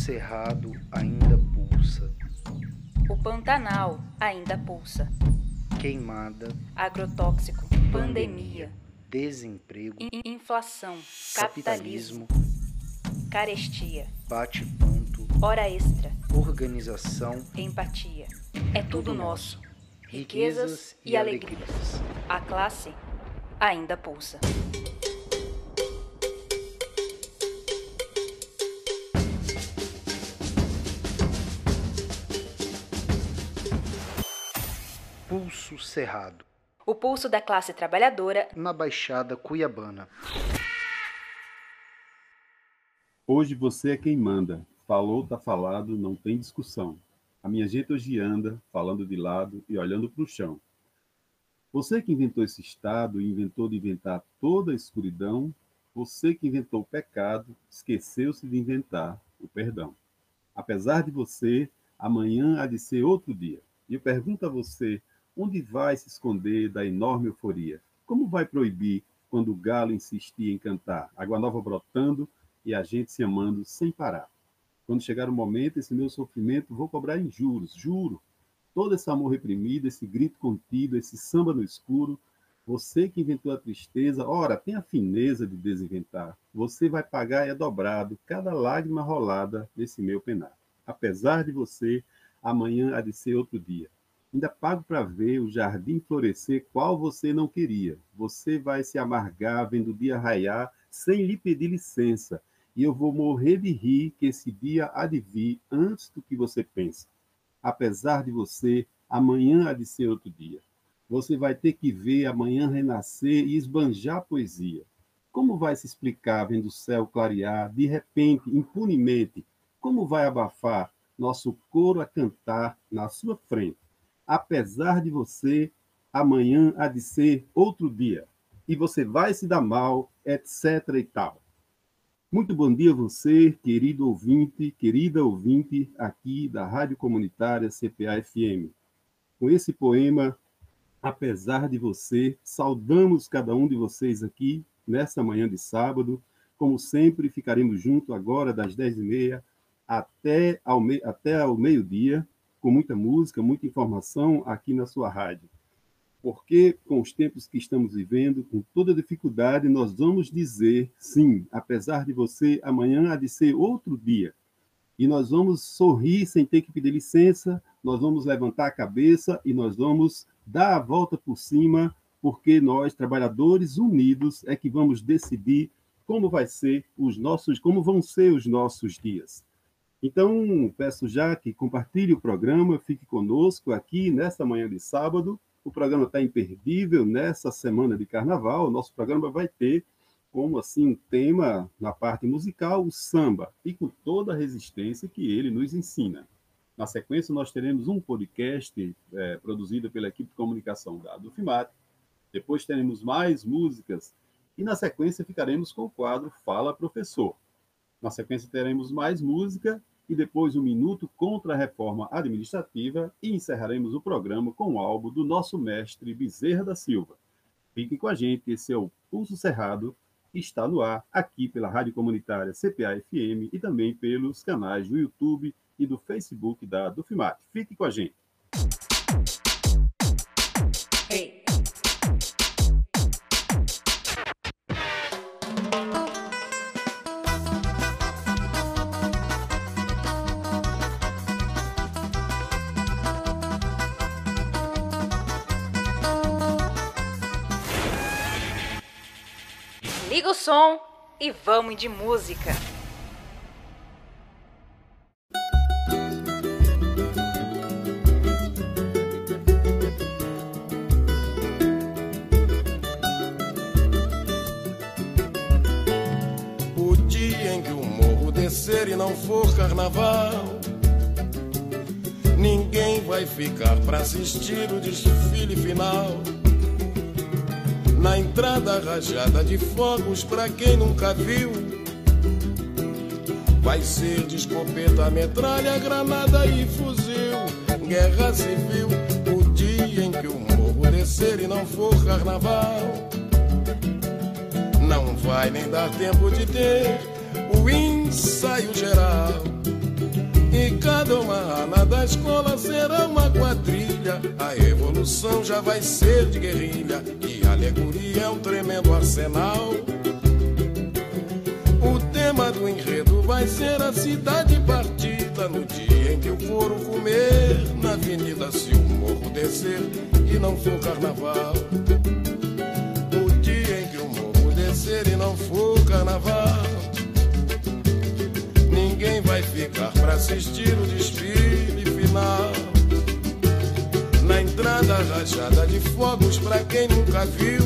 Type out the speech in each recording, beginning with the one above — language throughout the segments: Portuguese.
Cerrado ainda pulsa. O Pantanal ainda pulsa. Queimada, Agrotóxico, pandemia, desemprego, inflação, capitalismo, carestia, bate-ponto, hora extra, organização, empatia. É tudo nosso. Riquezas e alegrias. A classe ainda pulsa. Pulso Cerrado. O pulso da classe trabalhadora Na Baixada Cuiabana. Hoje você é quem manda. Falou, tá falado, não tem discussão. A minha gente hoje anda, falando de lado e olhando para o chão. Você que inventou esse estado e inventou de inventar toda a escuridão, você que inventou o pecado, esqueceu-se de inventar o perdão. Apesar de você, amanhã há de ser outro dia. E eu pergunto a você, onde vai se esconder da enorme euforia? Como vai proibir quando o galo insistir em cantar? Água nova brotando e a gente se amando sem parar. Quando chegar o momento, esse meu sofrimento vou cobrar em juros, juro. Todo esse amor reprimido, esse grito contido, esse samba no escuro, você que inventou a tristeza, ora, tem a fineza de desinventar. Você vai pagar é dobrado cada lágrima rolada nesse meu penar. Apesar de você, amanhã há de ser outro dia. Ainda pago para ver o jardim florescer qual você não queria. Você vai se amargar vendo o dia raiar sem lhe pedir licença. E eu vou morrer de rir que esse dia há de vir antes do que você pensa. Apesar de você, amanhã há de ser outro dia. Você vai ter que ver amanhã renascer e esbanjar poesia. Como vai se explicar vendo o céu clarear, de repente, impunemente? Como vai abafar nosso coro a cantar na sua frente? Apesar de você, amanhã há de ser outro dia. E você vai se dar mal, etc e tal. Muito bom dia a você, querido ouvinte, querida ouvinte, aqui da Rádio Comunitária CPA-FM. Com esse poema, Apesar de Você, saudamos cada um de vocês aqui, nessa manhã de sábado. Como sempre, ficaremos juntos agora das 10h30 até ao meio-dia, com muita música, muita informação aqui na sua rádio. Porque, com os tempos que estamos vivendo, com toda dificuldade, nós vamos dizer, sim, apesar de você, amanhã há de ser outro dia. E nós vamos sorrir sem ter que pedir licença, nós vamos levantar a cabeça e nós vamos dar a volta por cima, porque nós, trabalhadores unidos, é que vamos decidir como vão ser os nossos dias. Então, peço já que compartilhe o programa, fique conosco aqui nesta manhã de sábado. O programa está imperdível nessa semana de carnaval. O nosso programa vai ter como assim um tema na parte musical o samba e com toda a resistência que ele nos ensina. Na sequência, nós teremos um podcast produzido pela equipe de comunicação da Dufimat. Depois teremos mais músicas e na sequência ficaremos com o quadro Fala Professor. Na sequência teremos mais música e depois um minuto contra a reforma administrativa e encerraremos o programa com o álbum do nosso mestre Bezerra da Silva. Fiquem com a gente, esse é o Pulso Cerrado, que está no ar aqui pela Rádio Comunitária CPA-FM e também pelos canais do YouTube e do Facebook da Dufimat. Fiquem com a gente. Hey. Liga o som e vamos de música. O dia em que o morro descer e não for carnaval, ninguém vai ficar pra assistir o desfile final. Na entrada rajada de fogos pra quem nunca viu, vai ser de escopeta, metralha, granada e fuzil. Guerra civil, o dia em que o morro descer e não for carnaval, não vai nem dar tempo de ter o ensaio geral. cada uma ala da escola será uma quadrilha. A evolução já vai ser de guerrilha e a alegoria é um tremendo arsenal. O tema do enredo vai ser a cidade partida, no dia em que o couro comer na avenida, se o morro descer e não for carnaval. O dia em que o morro descer e não for carnaval, ninguém vai ficar pra assistir o desfile final. Na entrada rajada de fogos pra quem nunca viu,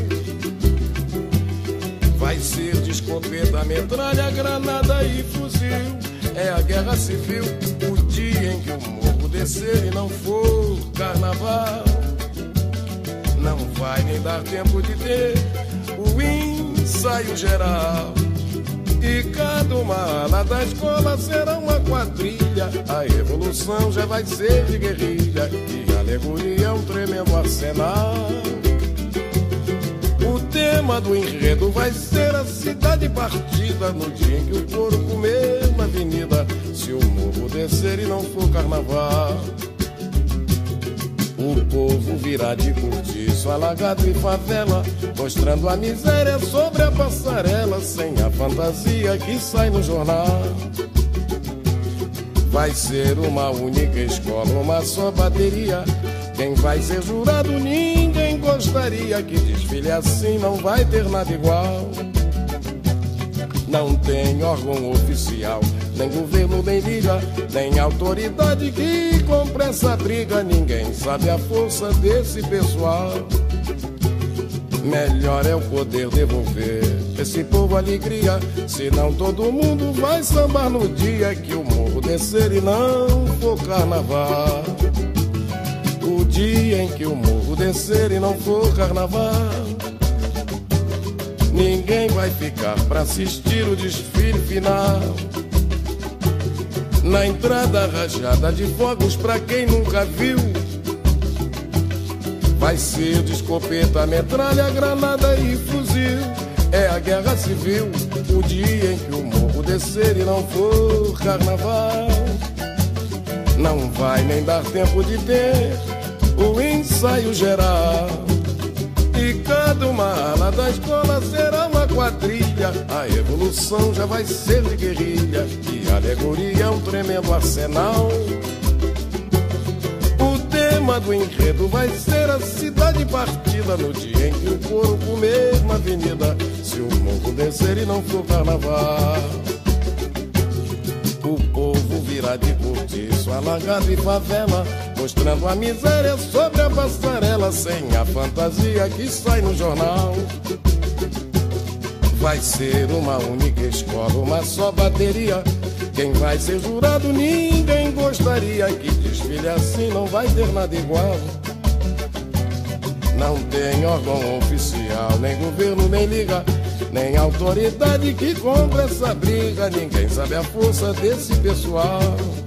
vai ser de escopeta, metralha, granada e fuzil. É a guerra civil, o dia em que o morro descer e não for carnaval. Não vai nem dar tempo de ter o ensaio geral. E cada uma ala da escola será uma quadrilha. A evolução já vai ser de guerrilha e a alegoria é um tremendo arsenal. O tema do enredo vai ser a cidade partida, no dia em que o couro comer na avenida, se o morro descer e não for carnaval. O povo virá de cortiço, alagado e favela, mostrando a miséria sobre a passarela, sem a fantasia que sai no jornal. Vai ser uma única escola, uma só bateria. Quem vai ser jurado ninguém gostaria, que desfile assim não vai ter nada igual. Não tem órgão oficial, nem governo, nem liga, nem autoridade que compre essa briga. Ninguém sabe a força desse pessoal. Melhor é o poder devolver esse povo alegria, senão todo mundo vai sambar no dia que o morro descer e não for carnaval. O dia em que o morro descer e não for carnaval, ninguém vai ficar pra assistir o desfile final. Na entrada rajada de fogos pra quem nunca viu, vai ser de escopeta, metralha, granada e fuzil. É a guerra civil, o dia em que o morro descer e não for carnaval. Não vai nem dar tempo de ter o ensaio geral. E cada uma ala da escola será uma quadrilha. A evolução já vai ser de guerrilha e a alegoria é um tremendo arsenal. O tema do enredo vai ser a cidade partida, no dia em que o couro comer na avenida, se o morro descer e não for carnaval. O povo virá de cortiço, alagado e favela, mostrando a miséria sobre a passarela, sem a fantasia que sai no jornal. Vai ser uma única escola, uma só bateria. Quem vai ser jurado ninguém gostaria, que desfile assim não vai ter nada igual. Não tem órgão oficial, nem governo, nem liga, nem autoridade que compra essa briga. Ninguém sabe a força desse pessoal.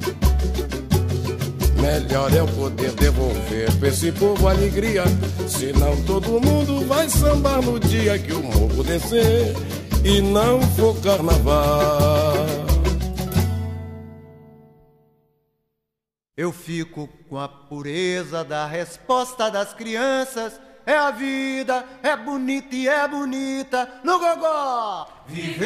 Melhor é o poder devolver pra esse povo alegria, senão todo mundo vai sambar no dia que o morro descer e não for carnaval. Eu fico com a pureza da resposta das crianças. É a vida, é bonita e é bonita no gogó. Viver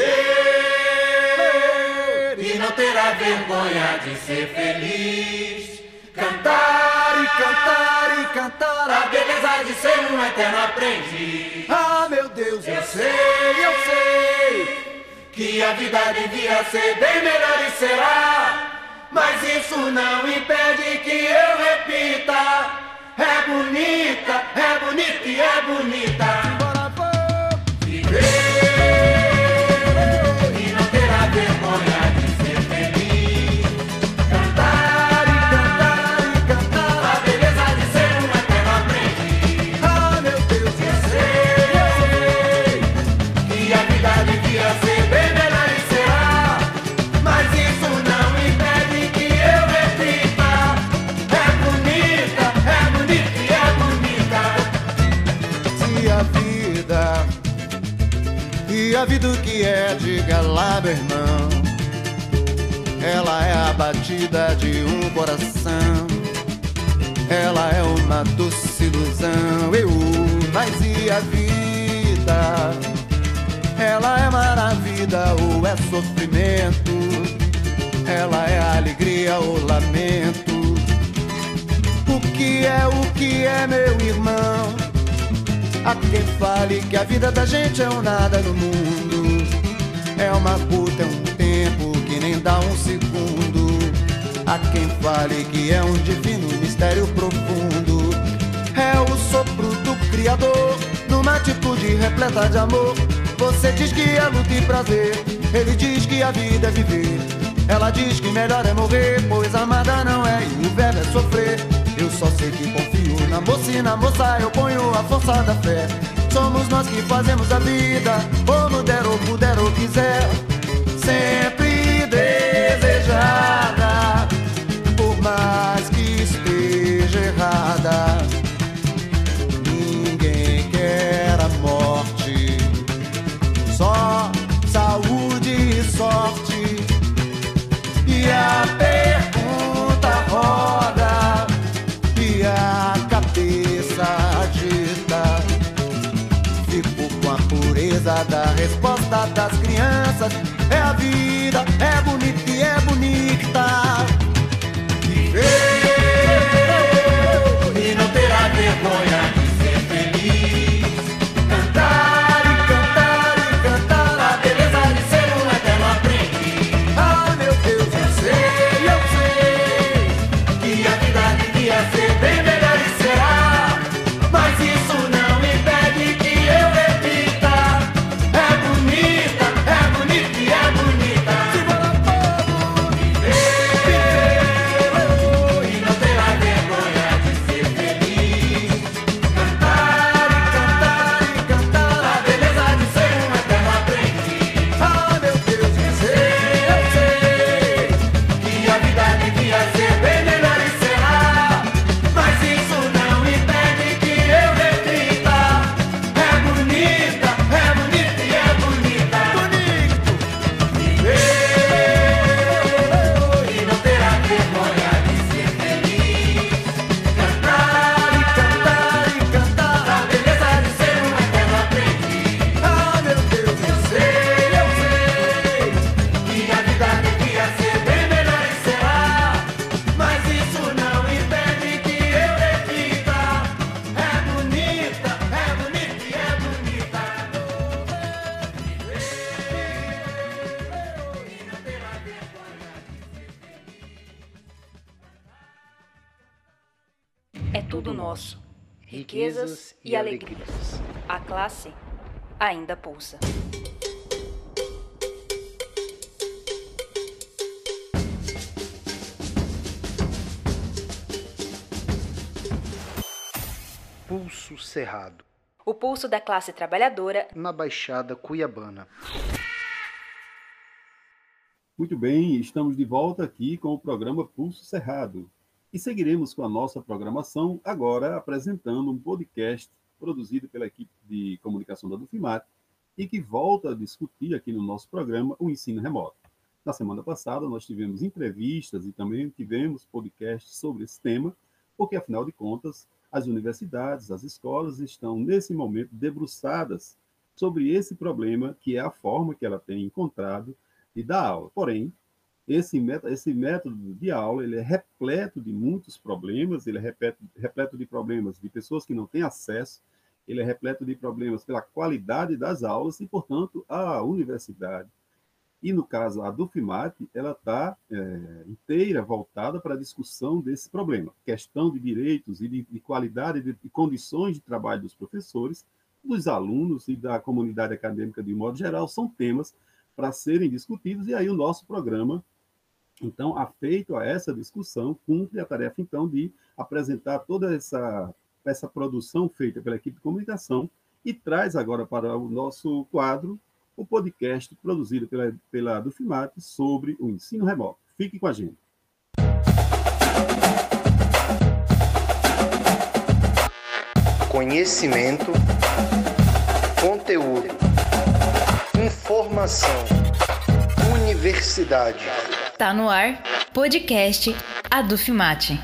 e não ter a vergonha de ser feliz. Cantar e cantar e cantar a beleza de ser um eterno aprendiz. Ah, meu Deus, eu sei que a vida devia ser bem melhor e será. Mas isso não impede que eu repita. É bonita e é bonita. Viver e não ter a vergonha de ser feliz. Cantar e cantar e cantar a beleza de ser um eterno aprendiz. Ah, meu Deus, eu sei que a vida devia ser bem melhor e será. Mas isso não impede que eu repita. É bonita e é bonita. E a vida o que é, diga lá, meu irmão. ela é a batida de um coração. Ela é uma doce ilusão. Mas e a vida? Ela é maravilha ou é sofrimento? Ela é alegria ou lamento? O que é, meu irmão? Há quem fale que a vida da gente é um nada no mundo. É uma puta, é um tempo que nem dá um segundo. Há quem fale que é um divino mistério profundo. É o sopro do Criador numa atitude repleta de amor. Você diz que é luta e prazer, ele diz que a vida é viver. Ela diz que melhor é morrer, pois amada não é e o verbo é sofrer. Eu só sei que confio na moça e na moça eu ponho a força da fé. Somos nós que fazemos a vida, como der ou puder ou quiser. Sempre desejada, por mais que esteja errada. Ninguém quer a morte, só saúde e sorte. E a pergunta roda e a cabeça agita. Fico com a pureza da resposta das crianças. É a vida, é bonita e é bonita. Viver e não terá vergonha de ser feliz. Cantar e cantar e cantar a beleza de ser um eterno aprendiz. Ah, meu Deus, eu sei que a vida devia ser bem melhor e será. Mas isso não impede que eu repita. É bonita e é bonita. Simbora, povo, viver e não terá vergonha de ser feliz. Cantar e cantar e cantar a beleza de ser um eterno aprendiz. Ah, meu Deus, eu sei que a vida devia ser bem melhor e será. Mas isso não impede que eu repita. É bonita e é bonita. Bonito, viver e não terá vergonha de ser feliz. Cantar e cantar e cantar a beleza de ser um eterno aprendiz. Ah, meu Deus, eu sei que a vida devia ser bem melhor e será. Mas isso não impede que eu repita. É bonita e é bonita. É tudo nosso. Riquezas e alegrias. A classe ainda pulsa. Pulso Cerrado, O pulso da classe trabalhadora na Baixada Cuiabana. Muito bem, estamos de volta aqui com o programa Pulso Cerrado. E seguiremos com a nossa programação, agora apresentando um podcast produzido pela equipe de comunicação da Dufimat e que volta a discutir aqui no nosso programa o ensino remoto. Na semana passada nós tivemos entrevistas e também tivemos podcasts sobre esse tema, porque afinal de contas as universidades, as escolas estão nesse momento debruçadas sobre esse problema, que é a forma que ela tem encontrado de dar aula. Porém, esse método de aula ele é repleto de muitos problemas, ele é repleto de problemas de pessoas que não têm acesso, ele é repleto de problemas pela qualidade das aulas e, portanto, a universidade, e no caso a Dufimat, ela está inteira voltada para a discussão desse problema, questão de direitos e de qualidade de condições de trabalho dos professores, dos alunos e da comunidade acadêmica de modo geral, são temas para serem discutidos, e aí o nosso programa, então, afeito a essa discussão, cumpre a tarefa, então, de apresentar toda essa produção feita pela equipe de comunicação e traz agora para o nosso quadro o podcast produzido pela Dufimat sobre o ensino remoto. Fique com a gente. Conhecimento, conteúdo, informação, universidade. Tá no ar, podcast Adufimate.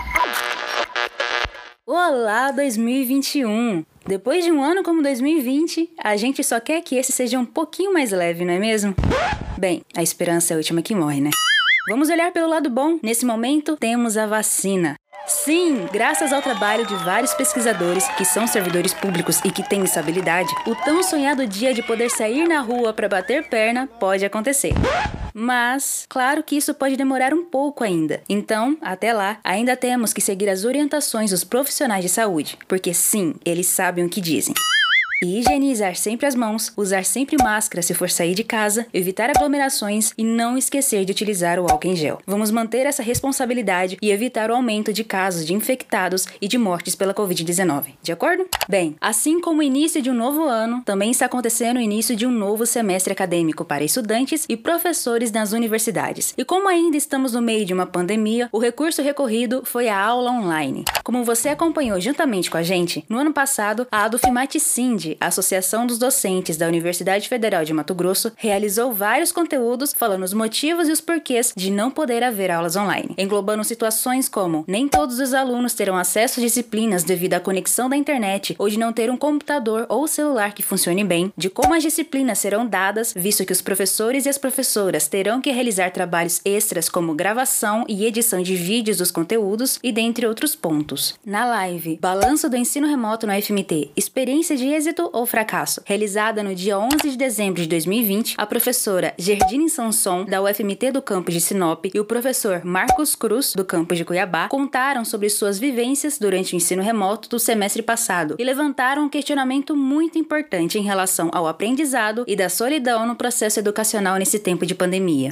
Olá, 2021! Depois de um ano como 2020, a gente só quer que esse seja um pouquinho mais leve, não é mesmo? Bem, a esperança é a última que morre, né? Vamos olhar pelo lado bom. Nesse momento, temos a vacina. Sim, graças ao trabalho de vários pesquisadores que são servidores públicos e que têm essa habilidade, o tão sonhado dia de poder sair na rua para bater perna pode acontecer. Mas, claro que isso pode demorar um pouco ainda. Então, até lá, ainda temos que seguir as orientações dos profissionais de saúde, porque sim, eles sabem o que dizem. E higienizar sempre as mãos, usar sempre máscara se for sair de casa, evitar aglomerações e não esquecer de utilizar o álcool em gel. Vamos manter essa responsabilidade e evitar o aumento de casos de infectados e de mortes pela Covid-19. De acordo? Bem, assim como o início de um novo ano, também está acontecendo o início de um novo semestre acadêmico para estudantes e professores nas universidades. E como ainda estamos no meio de uma pandemia, o recurso recorrido foi a aula online. Como você acompanhou juntamente com a gente, no ano passado, a Adufimate Sind, a Associação dos Docentes da Universidade Federal de Mato Grosso, realizou vários conteúdos falando os motivos e os porquês de não poder haver aulas online, englobando situações como nem todos os alunos terão acesso às disciplinas devido à conexão da internet ou de não ter um computador ou celular que funcione bem, de como as disciplinas serão dadas, visto que os professores e as professoras terão que realizar trabalhos extras como gravação e edição de vídeos dos conteúdos e dentre outros pontos. Na live Balanço do Ensino Remoto no UFMT, Experiência de Êxito ou Fracasso, realizada no dia 11 de dezembro de 2020, a professora Gerdine Sanson, da UFMT do campus de Sinop, e o professor Marcos Cruz, do campus de Cuiabá, contaram sobre suas vivências durante o ensino remoto do semestre passado e levantaram um questionamento muito importante em relação ao aprendizado e da solidão no processo educacional nesse tempo de pandemia.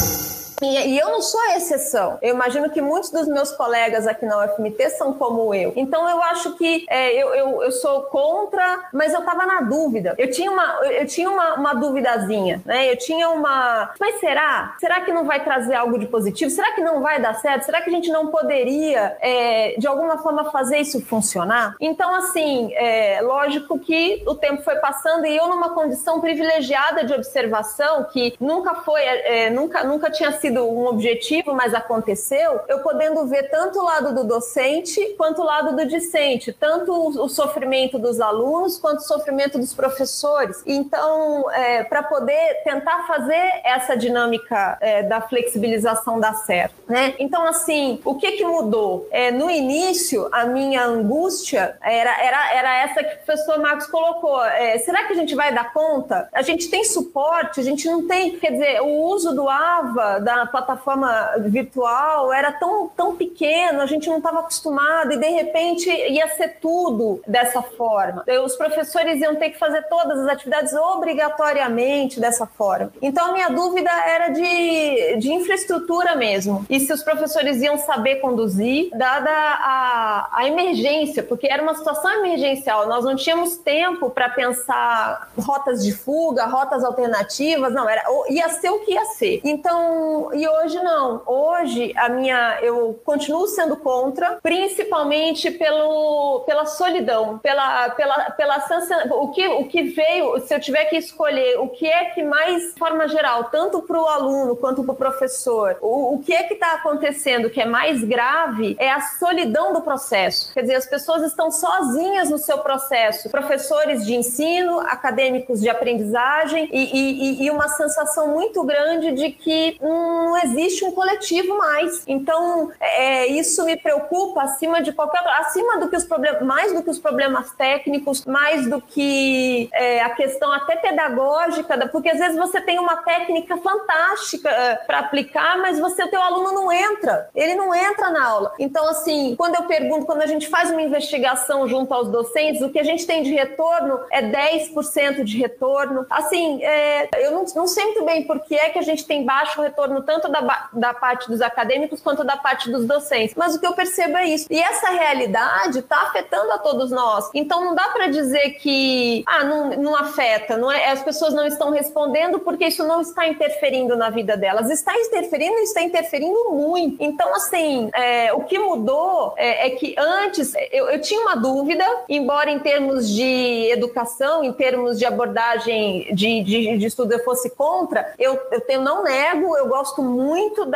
E eu não sou a exceção. Eu imagino que muitos dos meus colegas aqui na UFMT são como eu. Então eu acho que eu sou contra, mas eu estava na dúvida. Eu tinha uma duvidazinha, né? Eu tinha uma... Mas será? Será que não vai trazer algo de positivo? Será que não vai dar certo? Será que a gente não poderia, de alguma forma, fazer isso funcionar? Então, assim, lógico que o tempo foi passando e eu numa condição privilegiada de observação, que nunca tinha sido um objetivo, mas aconteceu, eu podendo ver tanto o lado do docente quanto o lado do discente, tanto o sofrimento dos alunos quanto o sofrimento dos professores. Então, para poder tentar fazer essa dinâmica da flexibilização dar certo, né? Então, assim, o que mudou? No início, a minha angústia era essa que o professor Marcos colocou. Será que a gente vai dar conta? A gente tem suporte? A gente não tem... Quer dizer, o uso do AVA, da plataforma virtual, era tão pequeno, a gente não estava acostumado e de repente ia ser tudo dessa forma. Os professores iam ter que fazer todas as atividades obrigatoriamente dessa forma. Então a minha dúvida era de infraestrutura mesmo, e se os professores iam saber conduzir, dada a emergência, porque era uma situação emergencial, nós não tínhamos tempo para pensar rotas de fuga, rotas alternativas, não, ia ser o que ia ser. Então, e hoje não. Hoje eu continuo sendo contra, principalmente pela solidão, pela sensação, o que veio, se eu tiver que escolher o que é que mais, de forma geral, tanto para o aluno quanto para o professor, o que é que está acontecendo que é mais grave é a solidão do processo. Quer dizer, as pessoas estão sozinhas no seu processo, professores de ensino, acadêmicos de aprendizagem e uma sensação muito grande de que não existe um coletivo mais. Então, isso me preocupa acima de qualquer... Acima do que os problemas... Mais do que os problemas técnicos, mais do que a questão até pedagógica, porque às vezes você tem uma técnica fantástica para aplicar, mas o teu aluno não entra. Ele não entra na aula. Então, assim, quando a gente faz uma investigação junto aos docentes, o que a gente tem de retorno é 10% de retorno. Assim, eu não sei muito bem por que é que a gente tem baixo retorno tanto da parte dos acadêmicos quanto da parte dos docentes. Mas o que eu percebo é isso. E essa realidade está afetando a todos nós. Então não dá para dizer que não afeta, as pessoas não estão respondendo porque isso não está interferindo na vida delas. Está interferindo e está interferindo muito. Então, assim, o que mudou é que antes eu tinha uma dúvida, embora em termos de educação, em termos de abordagem de estudo eu fosse contra, eu não nego, eu gosto gosto muito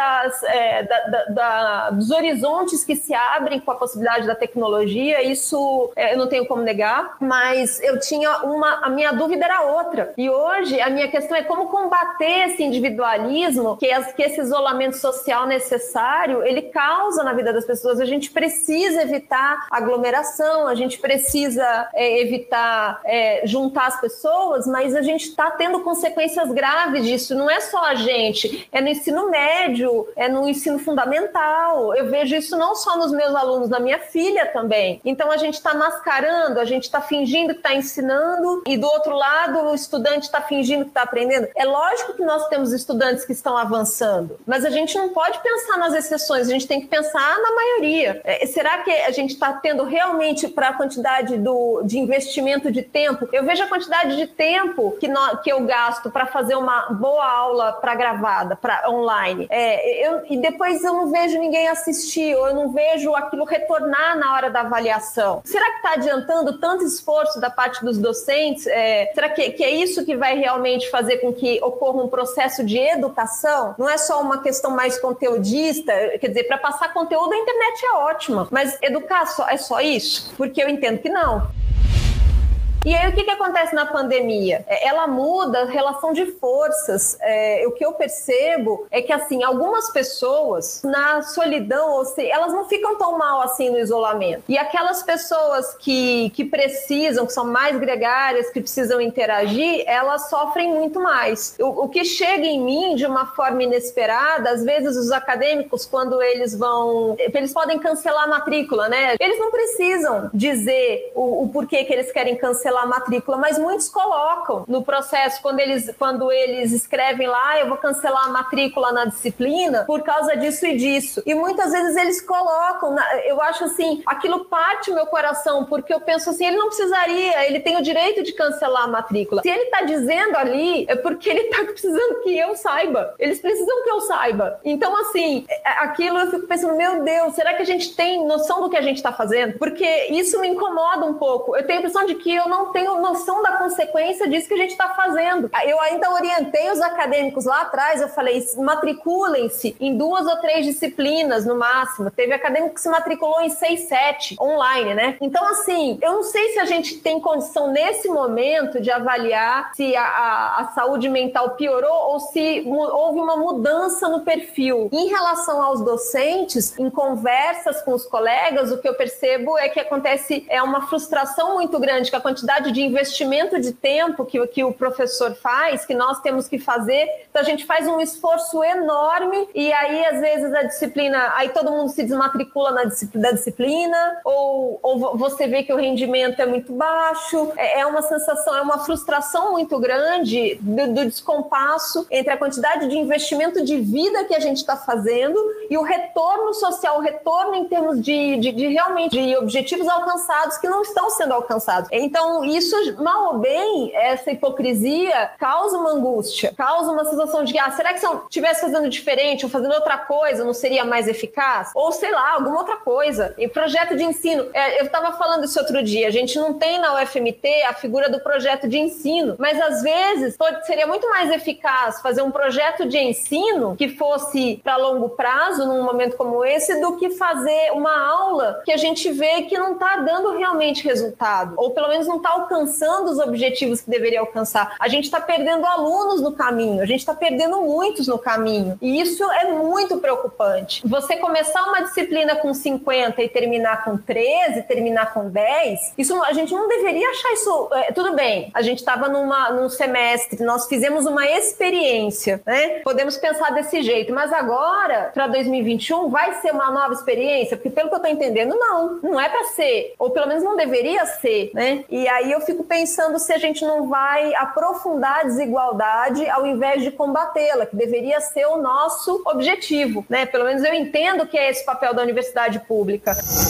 dos horizontes que se abrem com a possibilidade da tecnologia, isso eu não tenho como negar, mas eu tinha a minha dúvida era outra. E hoje a minha questão é como combater esse individualismo que esse isolamento social necessário, ele causa na vida das pessoas. A gente precisa evitar aglomeração, a gente precisa evitar juntar as pessoas, mas a gente está tendo consequências graves disso. Não é só a gente, é no ensino médio, é no ensino fundamental. Eu vejo isso não só nos meus alunos, na minha filha também. Então a gente está mascarando, a gente está fingindo que está ensinando e do outro lado o estudante está fingindo que está aprendendo. É lógico que nós temos estudantes que estão avançando, mas a gente não pode pensar nas exceções, a gente tem que pensar na maioria. Será que a gente está tendo realmente para a quantidade de investimento de tempo? Eu vejo a quantidade de tempo que eu gasto para fazer uma boa aula para gravada, para online. E depois eu não vejo ninguém assistir, ou eu não vejo aquilo retornar na hora da avaliação. Será que está adiantando tanto esforço da parte dos docentes? Será que é isso que vai realmente fazer com que ocorra um processo de educação? Não é só uma questão mais conteudista, quer dizer, para passar conteúdo a internet é ótima, mas educar é só isso? Porque eu entendo que não. E aí o que acontece na pandemia? Ela muda a relação de forças. O que eu percebo é que assim, algumas pessoas na solidão, ou seja, elas não ficam tão mal assim no isolamento. E aquelas pessoas que precisam, que são mais gregárias, que precisam interagir, elas sofrem muito mais. O que chega em mim de uma forma inesperada, às vezes os acadêmicos, quando eles podem cancelar a matrícula, né? Eles não precisam dizer o porquê que eles querem cancelar a matrícula, mas muitos colocam no processo, quando eles escrevem lá, eu vou cancelar a matrícula na disciplina por causa disso e disso. E muitas vezes eles colocam, eu acho assim, aquilo parte o meu coração, porque eu penso assim, ele não precisaria, ele tem o direito de cancelar a matrícula. Se ele está dizendo ali, é porque ele está precisando que eu saiba. Eles precisam que eu saiba. Então, assim, aquilo eu fico pensando, meu Deus, será que a gente tem noção do que a gente está fazendo? Porque isso me incomoda um pouco. Eu tenho a impressão de que eu não tenho noção da consequência disso que a gente está fazendo. Eu ainda orientei os acadêmicos lá atrás, eu falei, matriculem-se em 2 ou 3 disciplinas no máximo. Teve acadêmico que se matriculou em 6, 7, online, né? Então, assim, eu não sei se a gente tem condição nesse momento de avaliar se a saúde mental piorou ou se houve uma mudança no perfil. Em relação aos docentes, em conversas com os colegas, o que eu percebo é que acontece uma frustração muito grande, que a quantidade de investimento de tempo que o professor faz, que nós temos que fazer, então a gente faz um esforço enorme e aí às vezes a disciplina, aí todo mundo se desmatricula da disciplina, ou você vê que o rendimento é muito baixo, é uma sensação, é uma frustração muito grande do descompasso entre a quantidade de investimento de vida que a gente está fazendo e o retorno social, o retorno em termos de realmente de objetivos alcançados que não estão sendo alcançados. Então, isso, mal ou bem, essa hipocrisia causa uma angústia, causa uma sensação de que, será que se eu estivesse fazendo diferente ou fazendo outra coisa, não seria mais eficaz? Ou, sei lá, alguma outra coisa. E projeto de ensino, eu estava falando isso outro dia, a gente não tem na UFMT a figura do projeto de ensino, mas às vezes seria muito mais eficaz fazer um projeto de ensino que fosse para longo prazo, num momento como esse, do que fazer uma aula que a gente vê que não está dando realmente resultado, ou pelo menos não está alcançando os objetivos que deveria alcançar. A gente está perdendo alunos no caminho, a gente está perdendo muitos no caminho, e isso é muito preocupante. Você começar uma disciplina com 50 e terminar com 13, terminar com 10, isso, a gente não deveria achar isso... tudo bem, a gente estava num semestre, nós fizemos uma experiência, né? Podemos pensar desse jeito, mas agora, para 2021, vai ser uma nova experiência? Porque pelo que eu estou entendendo, não é para ser, ou pelo menos não deveria ser, né? E aí eu fico pensando se a gente não vai aprofundar a desigualdade ao invés de combatê-la, que deveria ser o nosso objetivo, né? Pelo menos eu entendo que é esse o papel da universidade pública.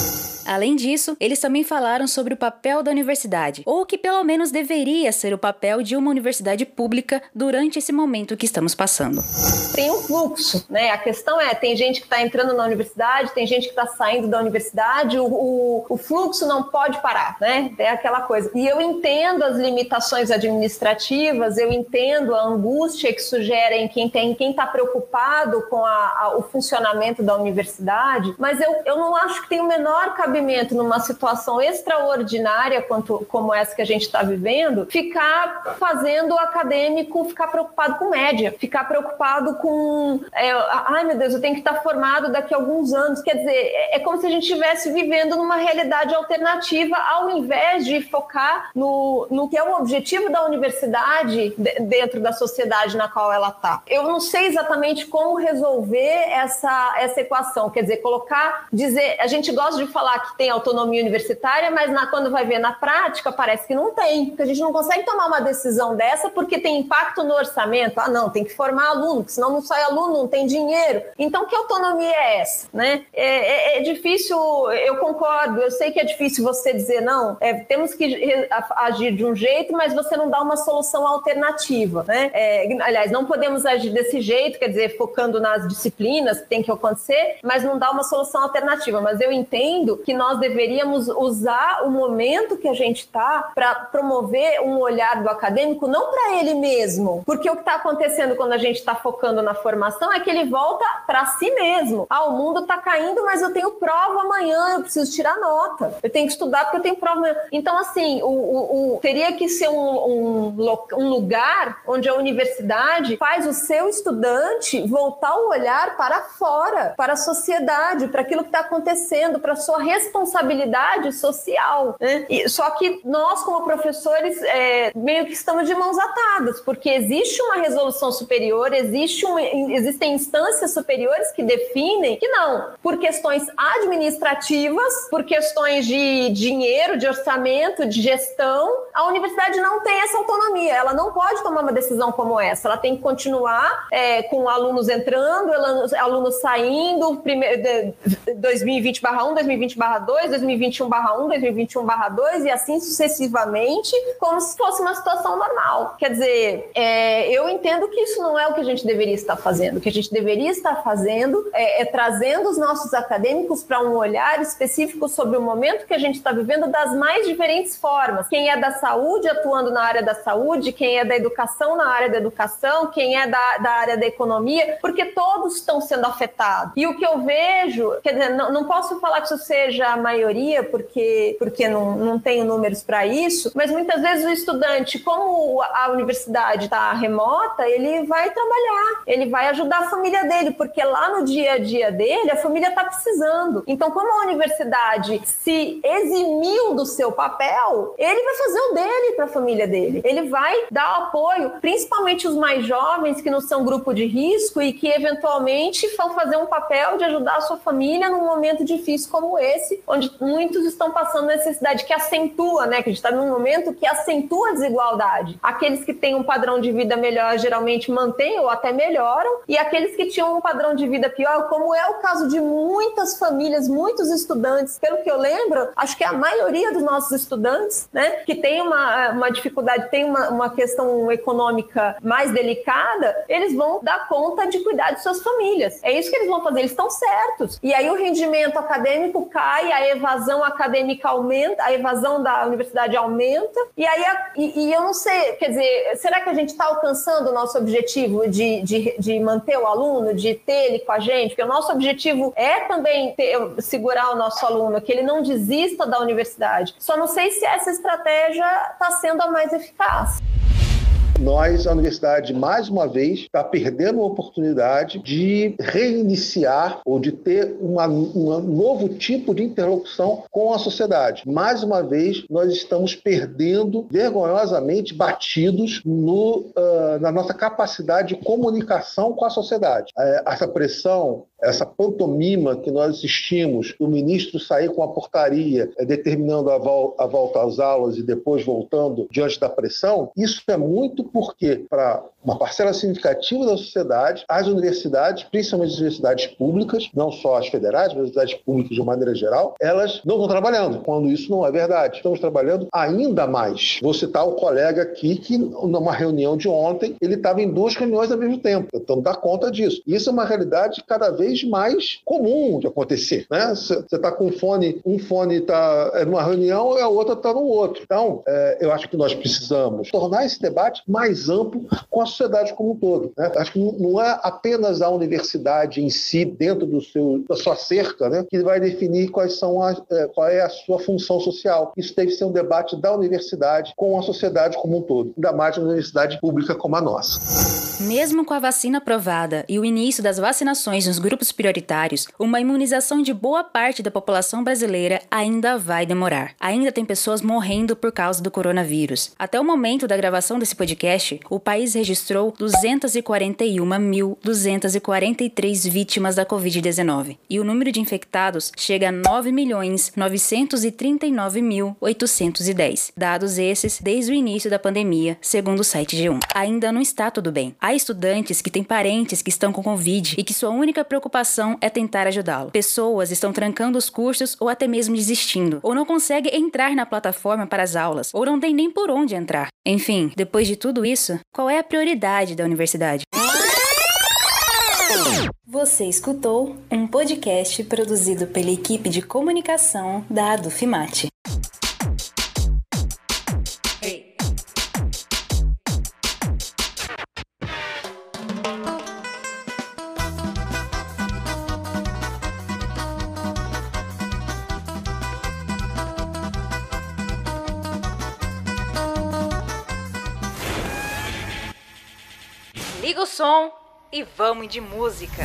Além disso, eles também falaram sobre o papel da universidade, ou o que pelo menos deveria ser o papel de uma universidade pública durante esse momento que estamos passando. Tem um fluxo, né? A questão é, tem gente que está entrando na universidade, tem gente que está saindo da universidade, o fluxo não pode parar, né? É aquela coisa. E eu entendo as limitações administrativas, eu entendo a angústia que sugerem quem está preocupado com o funcionamento da universidade, mas eu não acho que tem o menor cabimento numa situação extraordinária como essa que a gente está vivendo, ficar fazendo o acadêmico ficar preocupado com média, ficar preocupado com ai meu Deus, eu tenho que estar formado daqui a alguns anos. Quer dizer, é como se a gente estivesse vivendo numa realidade alternativa ao invés de focar no que é o objetivo da universidade dentro da sociedade na qual ela está. Eu não sei exatamente como resolver essa equação, quer dizer, dizer, a gente gosta de falar que tem autonomia universitária, mas quando vai ver na prática parece que não tem, porque a gente não consegue tomar uma decisão dessa porque tem impacto no orçamento. Não, tem que formar aluno, porque senão não sai aluno, não tem dinheiro. Então, que autonomia é essa? Né? É difícil, eu concordo, eu sei que é difícil você dizer, não, temos que agir de um jeito, mas você não dá uma solução alternativa. Né? Aliás, não podemos agir desse jeito, quer dizer, focando nas disciplinas que tem que acontecer, mas não dá uma solução alternativa. Mas eu entendo que nós deveríamos usar o momento que a gente está para promover um olhar do acadêmico, não para ele mesmo, porque o que está acontecendo quando a gente está focando na formação é que ele volta para si mesmo. O mundo está caindo, mas eu tenho prova amanhã, eu preciso tirar nota, eu tenho que estudar porque eu tenho prova amanhã. Então, assim, teria que ser um lugar onde a universidade faz o seu estudante voltar o olhar para fora, para a sociedade, para aquilo que está acontecendo, para a sua responsabilidade social. Né? Só que nós, como professores, meio que estamos de mãos atadas, porque existe uma resolução superior, existem instâncias superiores que definem que não, por questões administrativas, por questões de dinheiro, de orçamento, de gestão, a universidade não tem essa autonomia, ela não pode tomar uma decisão como essa, ela tem que continuar com alunos entrando, alunos saindo, 2020/1, 2020/2, 2021/1, 2021/2 e assim sucessivamente, como se fosse uma situação normal. Quer dizer, eu entendo que isso não é o que a gente deveria estar fazendo. O que a gente deveria estar fazendo é trazendo os nossos acadêmicos para um olhar específico sobre o momento que a gente está vivendo das mais diferentes formas. Quem é da saúde atuando na área da saúde, quem é da educação na área da educação, quem é da área da economia, porque todos estão sendo afetados. E o que eu vejo, quer dizer, não posso falar que isso seja a maioria, porque não tenho números para isso, mas muitas vezes o estudante, como a universidade está remota, ele vai trabalhar, ele vai ajudar a família dele, porque lá no dia a dia dele, a família está precisando. Então, como a universidade se eximiu do seu papel, ele vai fazer o dele para a família dele. Ele vai dar apoio, principalmente os mais jovens, que não são grupo de risco e que, eventualmente, vão fazer um papel de ajudar a sua família num momento difícil como esse, onde muitos estão passando necessidade, que acentua, né? Que a gente está num momento que acentua a desigualdade. Aqueles que têm um padrão de vida melhor geralmente mantêm ou até melhoram, e aqueles que tinham um padrão de vida pior, como é o caso de muitas famílias, muitos estudantes, pelo que eu lembro, acho que a maioria dos nossos estudantes, né, que tem uma dificuldade, tem uma questão econômica mais delicada, eles vão dar conta de cuidar de suas famílias. É isso que eles vão fazer, eles estão certos. E aí o rendimento acadêmico cai, a evasão acadêmica aumenta, a evasão da universidade aumenta, e aí e eu não sei, quer dizer, será que a gente está alcançando o nosso objetivo de manter o aluno, de ter ele com a gente? Porque o nosso objetivo é também segurar o nosso aluno, que ele não desista da universidade. Só não sei se essa estratégia está sendo a mais eficaz. Nós, a universidade, mais uma vez, está perdendo a oportunidade de reiniciar ou de ter um novo tipo de interlocução com a sociedade. Mais uma vez, nós estamos perdendo, vergonhosamente, batidos na nossa capacidade de comunicação com a sociedade. Essa pressão, essa pantomima que nós assistimos, o ministro sair com a portaria determinando a volta às aulas e depois voltando diante da pressão, isso é muito porque, para uma parcela significativa da sociedade, as universidades, principalmente as universidades públicas, não só as federais, mas as universidades públicas de uma maneira geral, elas não estão trabalhando, quando isso não é verdade. Estamos trabalhando ainda mais. Vou citar o colega aqui que, numa reunião de ontem, ele estava em 2 reuniões ao mesmo tempo. Então, dá conta disso. Isso é uma realidade cada vez mais comum de acontecer, né? Você está com um fone está numa reunião e a outra está no outro. Então, eu acho que nós precisamos tornar esse debate mais amplo com a sociedade como um todo, né? Acho que não é apenas a universidade em si, dentro da sua cerca, né, que vai definir qual é a sua função social. Isso deve ser um debate da universidade com a sociedade como um todo, ainda mais uma universidade pública como a nossa. Mesmo com a vacina aprovada e o início das vacinações nos grupos prioritários, uma imunização de boa parte da população brasileira ainda vai demorar. Ainda tem pessoas morrendo por causa do coronavírus. Até o momento da gravação desse podcast, o país registrou 241.243 vítimas da Covid-19 e o número de infectados chega a 9.939.810. Dados esses desde o início da pandemia, segundo o site G1. Ainda não está tudo bem. Há estudantes que têm parentes que estão com Covid e que sua única preocupação é tentar ajudá-lo. Pessoas estão trancando os cursos ou até mesmo desistindo, ou não conseguem entrar na plataforma para as aulas, ou não tem nem por onde entrar. Enfim, depois de tudo isso, qual é a prioridade da universidade? Você escutou um podcast produzido pela equipe de comunicação da Adufimate. Liga o som e vamos de música.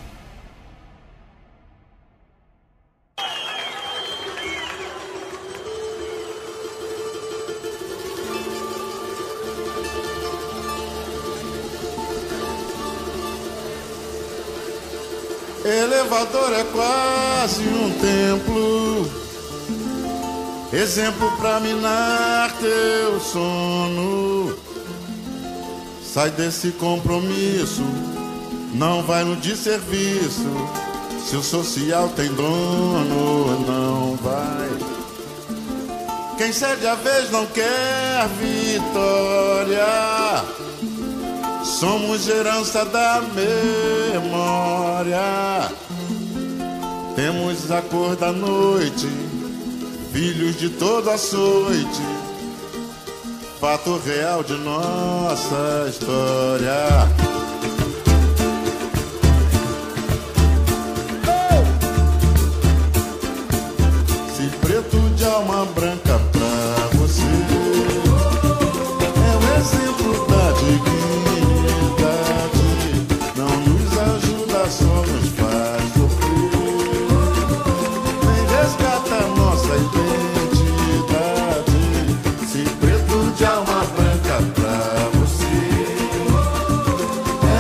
Elevador é quase um templo, exemplo pra minar teu sono. Sai desse compromisso, não vai no desserviço. Se o social tem dono, não vai. Quem cede a vez não quer vitória. Somos herança da memória. Temos a cor da noite, filhos de todo açoite, fato real de nossa história. Se preto de alma branca pra você é o exemplo da dignidade, não nos ajuda, só nos faz sofrer, nem resgata nossa identidade. Se preto de alma branca pra você é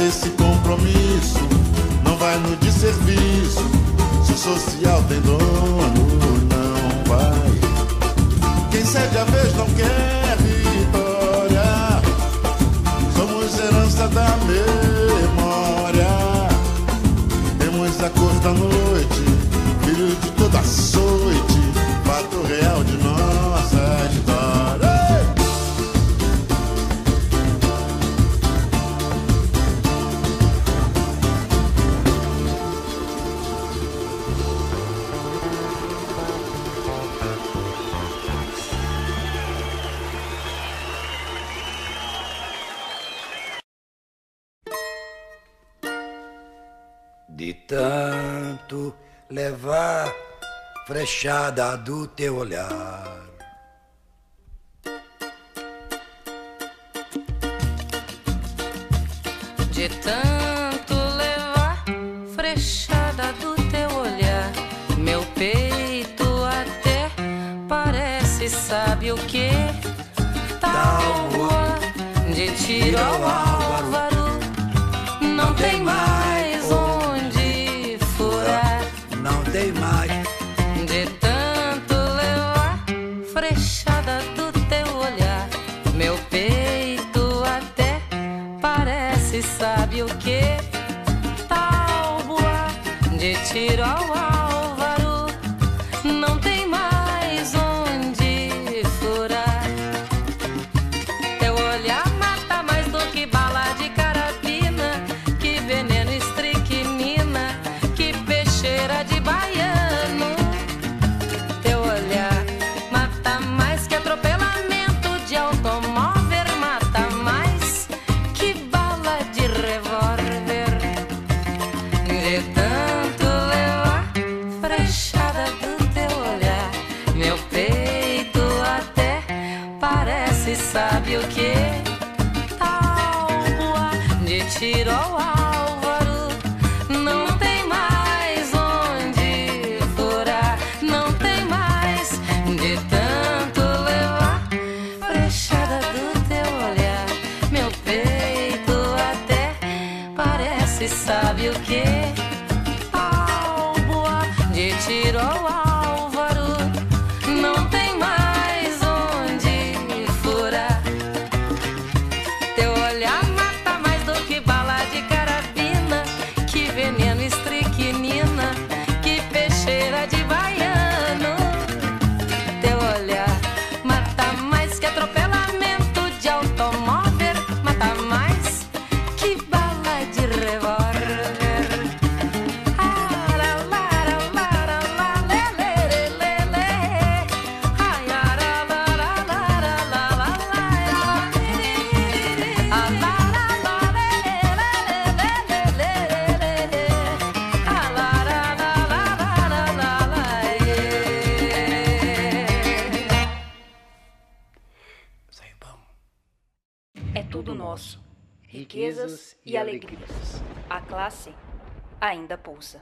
desse compromisso, não vai no desserviço. Se o social tem dono, não vai. Quem cede a vez não quer vitória. Somos herança da memória. Temos a cor da noite, filho de toda açoite, fato real de nossa história. De tanto levar frechada do teu olhar, de tanto levar frechada do teu olhar, meu peito até parece, sabe o que? Tábua de tiro ao álvaro, não tem mais onde furar, não tem mais. de tanto levar frechada do teu olhar, meu peito até parece, sabe o que? Tábua de tiro ao álvaro, não tem mais onde furar. Teu olhar mata mais do que bala de carabina, que veneno, estricnina, que peixeira de baiano. Teu olhar mata mais que atropelamento de automóvel, mata mais que bala de revólver. De tanto levar frechada do teu olhar, meu peito até parece, sabe o que? Tábua de tiro ao álvaro, não tem mais onde furar, não tem mais. De tanto levar frechada do teu olhar, meu peito até parece, sabe o que? Tábua de tiro ao álvaro, não tem mais onde furar. Teu olhar mata mais do que bala de carabina, que veneno, estricnina, que peixeira de baiano. Teu olhar mata mais que atropelamento de automóvel, mata mais que bala de revólver. É tudo nosso. Riquezas e alegrias. A classe ainda pulsa.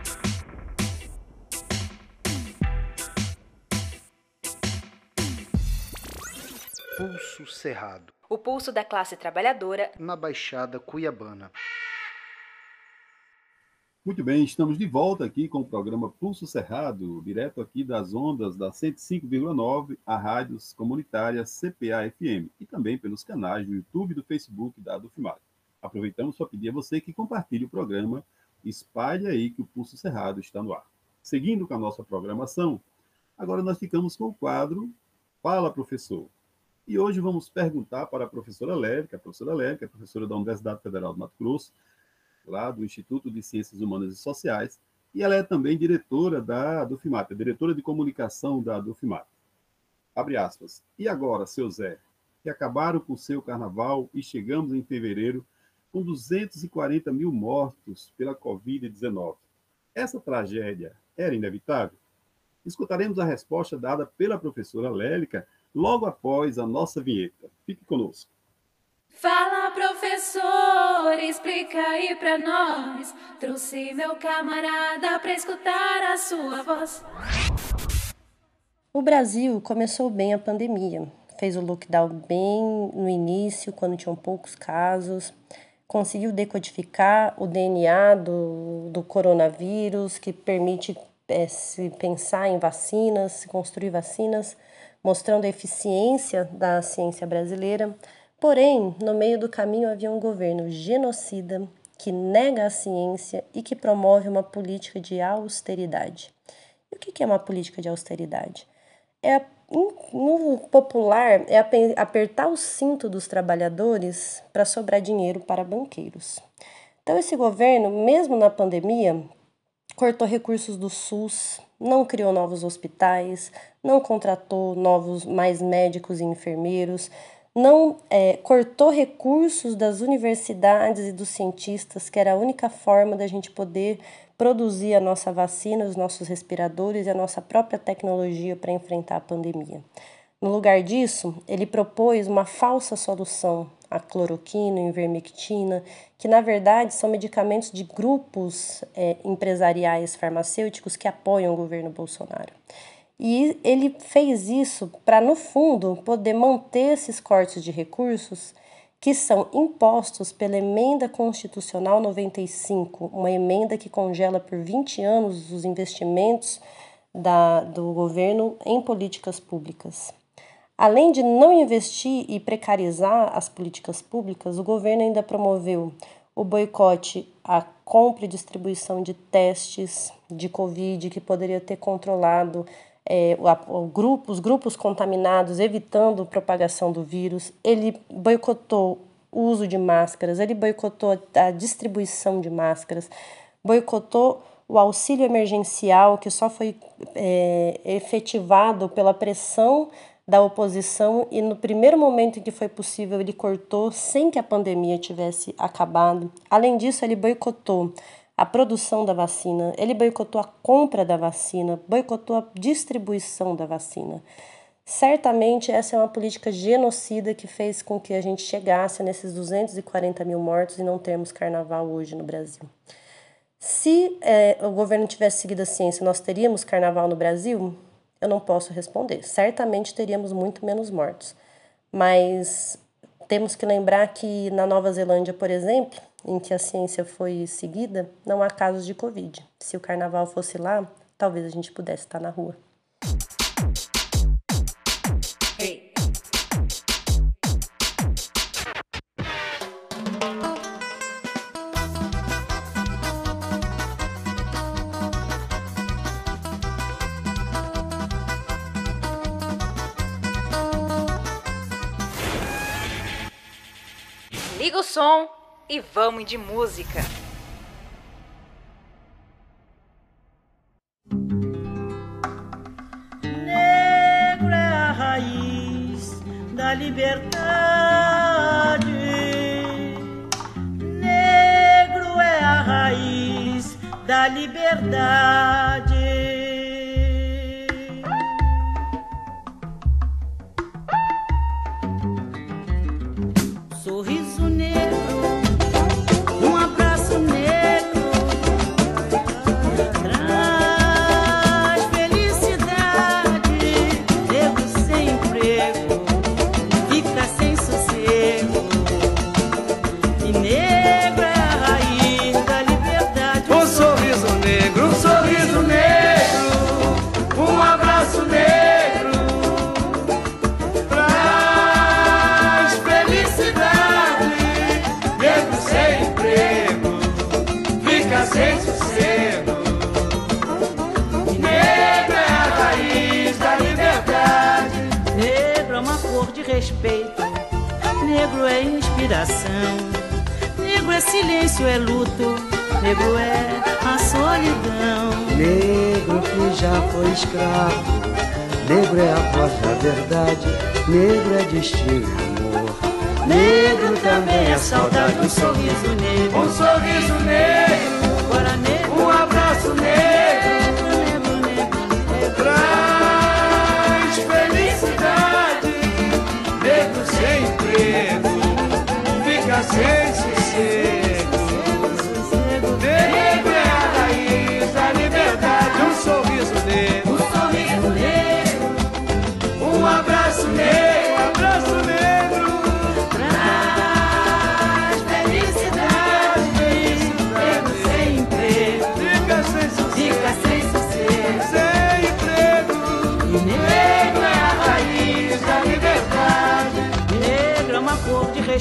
Pulso Cerrado, O pulso da classe trabalhadora na Baixada Cuiabana. Muito bem, estamos de volta aqui com o programa Pulso Cerrado, direto aqui das ondas da 105,9, a rádios comunitárias CPA-FM, e também pelos canais do YouTube e do Facebook da Dufimar. Aproveitamos para pedir a você que compartilhe o programa, espalhe aí que o Pulso Cerrado está no ar. Seguindo com a nossa programação, agora nós ficamos com o quadro Fala, Professor. E hoje vamos perguntar para a professora Lélica, é professora da Universidade Federal do Mato Grosso, lá do Instituto de Ciências Humanas e Sociais, e ela é também diretora da Dufimar, diretora de comunicação da Dufimar. Abre aspas. E agora, seu Zé, que acabaram com o seu carnaval e chegamos em fevereiro com 240 mil mortos pela Covid-19. Essa tragédia era inevitável? Escutaremos a resposta dada pela professora Lélica logo após a nossa vinheta. Fique conosco. Fala, professor, explica aí pra nós. Trouxe meu camarada pra escutar a sua voz. O Brasil começou bem a pandemia. Fez o lockdown bem no início, quando tinham poucos casos. conseguiu decodificar o DNA do coronavírus, que permite se pensar em vacinas, se construir vacinas, mostrando a eficiência da ciência brasileira. Porém, no meio do caminho havia um governo genocida que nega a ciência e que promove uma política de austeridade. E o que é uma política de austeridade? No popular, é apertar o cinto dos trabalhadores para sobrar dinheiro para banqueiros. Então, esse governo, mesmo na pandemia, cortou recursos do SUS, não criou novos hospitais, não contratou mais médicos e enfermeiros, não cortou recursos das universidades e dos cientistas, que era a única forma da gente poder produzir a nossa vacina, os nossos respiradores e a nossa própria tecnologia para enfrentar a pandemia. No lugar disso, ele propôs uma falsa solução, a cloroquina, a ivermectina, que na verdade são medicamentos de grupos empresariais farmacêuticos que apoiam o governo Bolsonaro. E ele fez isso para, no fundo, poder manter esses cortes de recursos que são impostos pela Emenda Constitucional 95, uma emenda que congela por 20 anos os investimentos do governo em políticas públicas. Além de não investir e precarizar as políticas públicas, o governo ainda promoveu o boicote à compra e distribuição de testes de Covid, que poderia ter controlado os grupos contaminados, evitando a propagação do vírus. Ele boicotou o uso de máscaras, ele boicotou a distribuição de máscaras, boicotou o auxílio emergencial, que só foi efetivado pela pressão da oposição, e no primeiro momento em que foi possível ele cortou sem que a pandemia tivesse acabado. Além disso, ele boicotou a produção da vacina, ele boicotou a compra da vacina, boicotou a distribuição da vacina. Certamente essa é uma política genocida que fez com que a gente chegasse nesses 240 mil mortos e não termos carnaval hoje no Brasil. Se o governo tivesse seguido a ciência, nós teríamos carnaval no Brasil? Eu não posso responder. Certamente teríamos muito menos mortos. Mas temos que lembrar que na Nova Zelândia, por exemplo, em que a ciência foi seguida, não há casos de Covid. Se o carnaval fosse lá, talvez a gente pudesse estar na rua. Hey. Liga o som e vamos de música. Negro é a raiz da liberdade. Negro é a raiz da liberdade. Sorriso negro, um abraço negro, traz felicidade. Negro sem emprego, fica sem sossego. E negro é a raiz da liberdade. Um sorriso negro, um abraço negro. Sem sossego. Negro é a raiz da liberdade. Negro é uma cor de respeito. Negro é inspiração. Negro é silêncio, é luto. Negro é a solidão. Negro que já foi escravo. Negro é a voz da verdade. Negro é destino e amor. Negro também é saudade. Um sorriso negro, um sorriso negro. Um abraço negro, traz felicidade. Negro sem emprego, fica sem sossego. Negro é a raiz da liberdade. Um sorriso negro, um abraço negro, traz felicidade.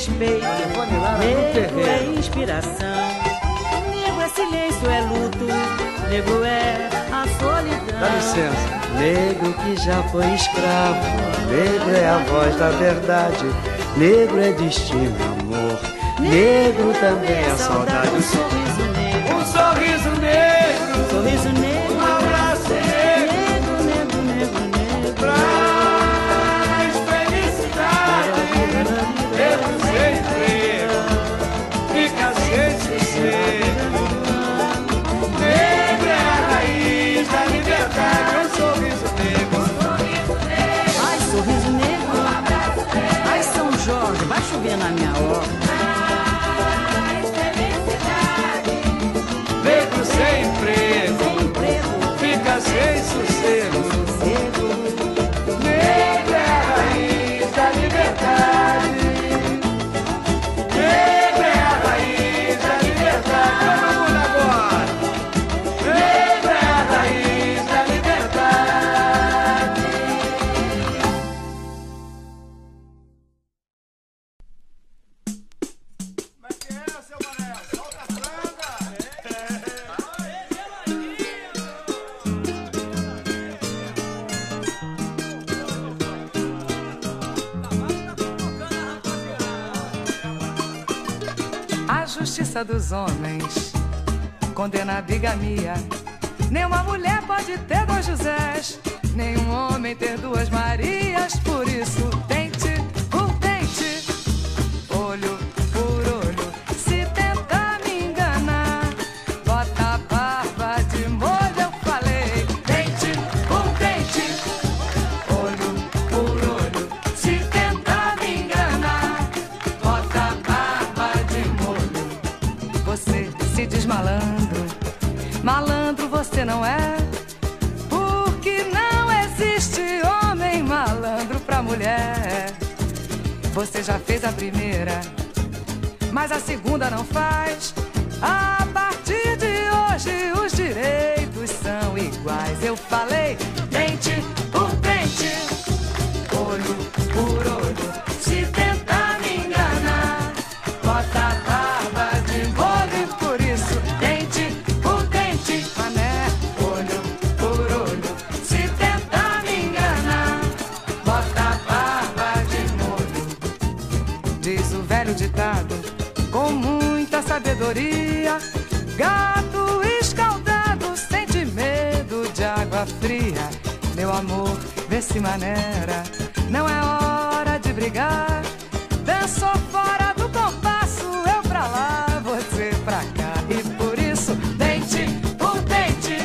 respeito. Negro é inspiração. Negro é silêncio, é luto. Negro é a solidão. Dá licença. Negro que já foi escravo, negro é a voz da verdade, negro é destino, amor, negro também é saudade. Um sorriso negro, um sorriso negro, um sorriso negro, um abraço negro, negro, negro, negro, traz felicidade, negro sem emprego, fica sem sossego. Negro é a raiz da liberdade, um sorriso negro, ai sorriso negro, ai São Jorge, vai chover na minha horta. negro sem emprego, fica sem sossego. Negro é a raiz da liberdade. Negro é a raiz da liberdade. Todo mundo agora. Negro é a raiz da liberdade. Mas que é, seu Manel? Solta a franga. A justiça dos homens condena a bigamia. Nenhuma mulher pode ter dois Josés, nenhum homem ter duas Marias. Por isso, dente por dente, olho por olho. Se tentar me enganar, bota a barba de molho. Eu falei, dente por dente, olho por olho. Se tentar me enganar, bota a barba de molho. Você se diz malandro, malandro você não é, porque não existe homem malandro pra mulher. Você já fez a primeira, mas a segunda não faz. A partir de hoje os direitos são iguais. Eu falei, dente por dente, olho por olho. Se tentar me enganar, bota a barba de molho. E por isso, dente por dente, mané, olho por olho. Se tentar me enganar, bota a barba de molho. Diz o velho ditado, com muita sabedoria: gato escaldado sente medo de água fria. Meu amor, vê se maneira, não é hora de brigar. Dançou fora do compasso, eu pra lá, você pra cá. E por isso, dente por dente,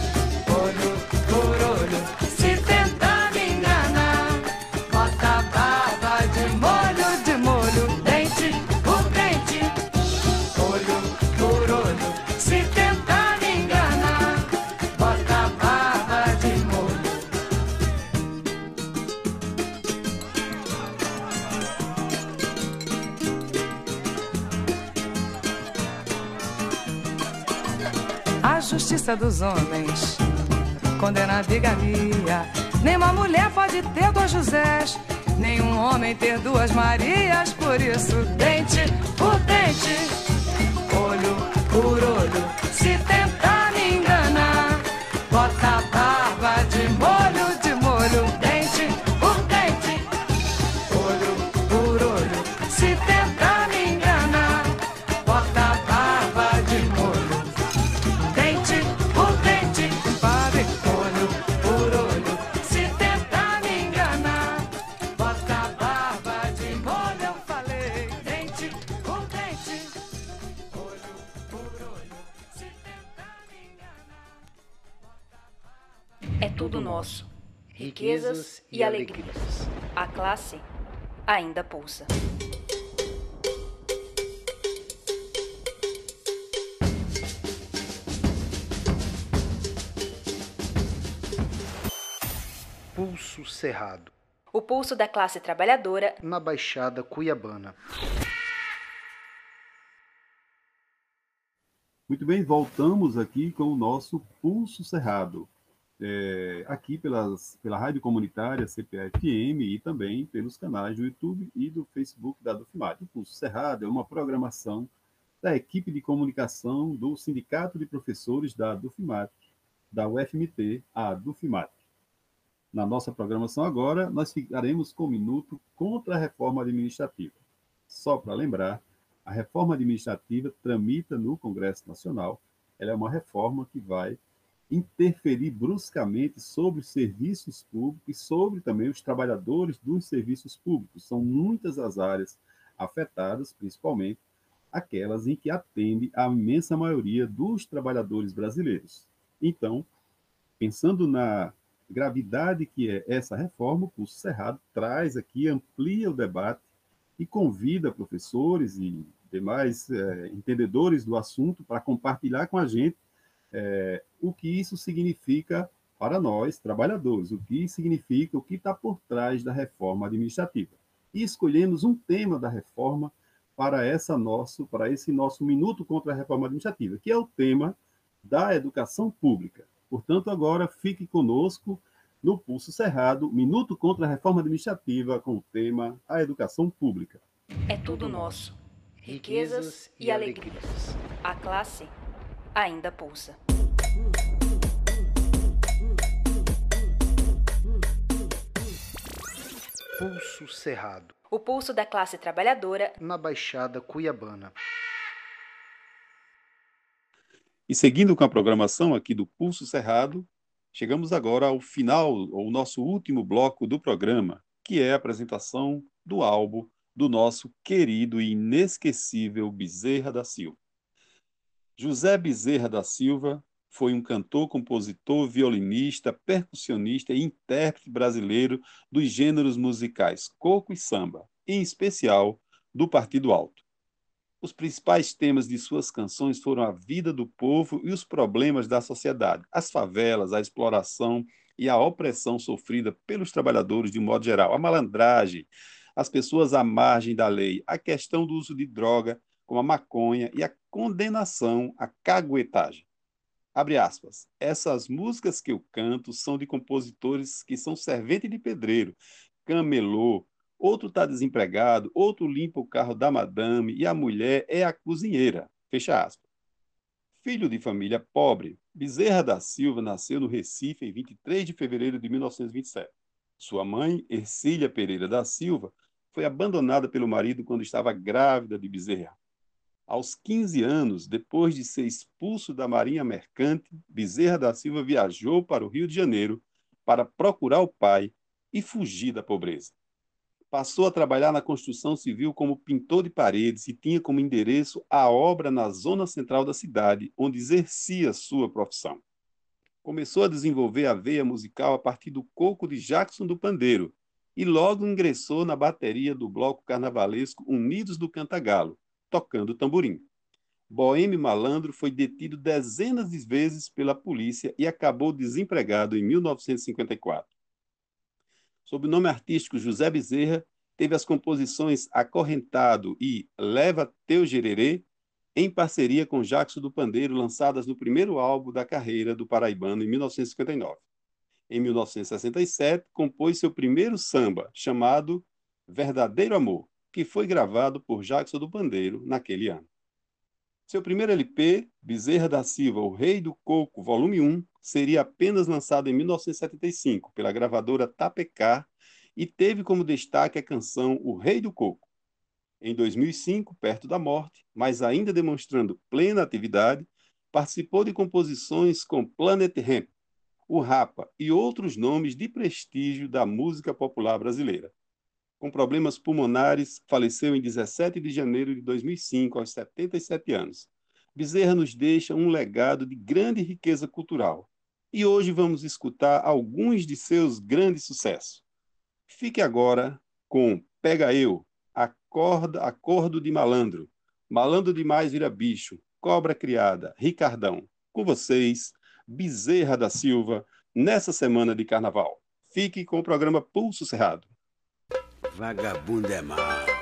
olho por olho. Se tentar me enganar, bota a barba de molho, de molho. Dente por dente, olho por olho. Se tentar me enganar, bota a barba de molho. A justiça dos homens condena a bigamia. Nenhuma mulher pode ter dois Josés, nenhum homem ter duas Marias. Por isso, dente por dente, olho por olho. Se tentar me enganar, bota a barba de molho, de molho. Dente por dente, olho por olho. Se tentar me enganar, bota a barba de molho. Dente por dente, padre, olho por olho. Se tentar me enganar, bota a barba de molho. Eu falei, dente por dente, olho por olho. Se tentar me enganar, bota a barba. É tudo nosso. Riquezas e alegrias. A classe ainda pulsa. Pulso Cerrado, O pulso da classe trabalhadora na Baixada Cuiabana. Muito bem, voltamos aqui com o nosso Pulso Cerrado. aqui pela rádio comunitária CPA-FM e também pelos canais do YouTube e do Facebook da Dufimar. O Pulso Cerrado é uma programação da equipe de comunicação do Sindicato de Professores da Dufimar, da UFMT, a Dufimar. Na nossa programação agora, nós ficaremos com um minuto contra a reforma administrativa. Só para lembrar, a reforma administrativa tramita no Congresso Nacional. Ela é uma reforma que vai interferir bruscamente sobre os serviços públicos e sobre também os trabalhadores dos serviços públicos. São muitas as áreas afetadas, principalmente aquelas em que atende a imensa maioria dos trabalhadores brasileiros. Então, pensando na gravidade que é essa reforma, o Pulso Cerrado traz aqui, amplia o debate e convida professores e demais entendedores do assunto para compartilhar com a gente o que isso significa para nós, trabalhadores, o que significa, o que está por trás da reforma administrativa. E escolhemos um tema da reforma para esse nosso Minuto contra a Reforma Administrativa, que é o tema da educação pública. Portanto, agora fique conosco no Pulso Cerrado, Minuto contra a Reforma Administrativa, com o tema A Educação Pública. É tudo nosso. Riquezas e alegrias. A classe ainda pulsa. Pulso Cerrado. O pulso da classe trabalhadora na Baixada Cuiabana. E seguindo com a programação aqui do Pulso Cerrado, chegamos agora ao final, ao nosso último bloco do programa, que é a apresentação do álbum do nosso querido e inesquecível Bezerra da Silva. José Bezerra da Silva foi um cantor, compositor, violinista, percussionista e intérprete brasileiro dos gêneros musicais coco e samba, em especial do Partido Alto. Os principais temas de suas canções foram a vida do povo e os problemas da sociedade, as favelas, a exploração e a opressão sofrida pelos trabalhadores de um modo geral, a malandragem, as pessoas à margem da lei, a questão do uso de droga, como a maconha, e a condenação à caguetagem. Abre aspas. Essas músicas que eu canto são de compositores que são servente de pedreiro, camelô, outro está desempregado, outro limpa o carro da madame e a mulher é a cozinheira. Fecha aspas. Filho de família pobre, Bezerra da Silva nasceu no Recife em 23 de fevereiro de 1927. Sua mãe, Ercília Pereira da Silva, foi abandonada pelo marido quando estava grávida de Bezerra. Aos 15 anos, depois de ser expulso da Marinha Mercante, Bezerra da Silva viajou para o Rio de Janeiro para procurar o pai e fugir da pobreza. Passou a trabalhar na construção civil como pintor de paredes e tinha como endereço a obra na zona central da cidade, onde exercia sua profissão. Começou a desenvolver a veia musical a partir do coco de Jackson do Pandeiro e logo ingressou na bateria do bloco carnavalesco Unidos do Cantagalo, tocando tamborim. Boêmio Malandro foi detido dezenas de vezes pela polícia e acabou desempregado em 1954. Sob o nome artístico José Bezerra, teve as composições Acorrentado e Leva Teu Gererê, em parceria com Jackson do Pandeiro, lançadas no primeiro álbum da carreira do paraibano em 1959. Em 1967, compôs seu primeiro samba, chamado Verdadeiro Amor, que foi gravado por Jackson do Pandeiro naquele ano. Seu primeiro LP, Bezerra da Silva, O Rei do Coco, volume 1, seria apenas lançado em 1975 pela gravadora Tapecá e teve como destaque a canção O Rei do Coco. Em 2005, perto da morte, mas ainda demonstrando plena atividade, participou de composições com Planet Hemp, o Rapa e outros nomes de prestígio da música popular brasileira. Com problemas pulmonares, faleceu em 17 de janeiro de 2005, aos 77 anos. Bezerra nos deixa um legado de grande riqueza cultural. E hoje vamos escutar alguns de seus grandes sucessos. Fique agora com Pega Eu, Acordo de Malandro, Malandro Demais Vira Bicho, Cobra Criada, Ricardão. Com vocês, Bezerra da Silva, nessa semana de carnaval. Fique com o programa Pulso Cerrado. Vagabundo é mau,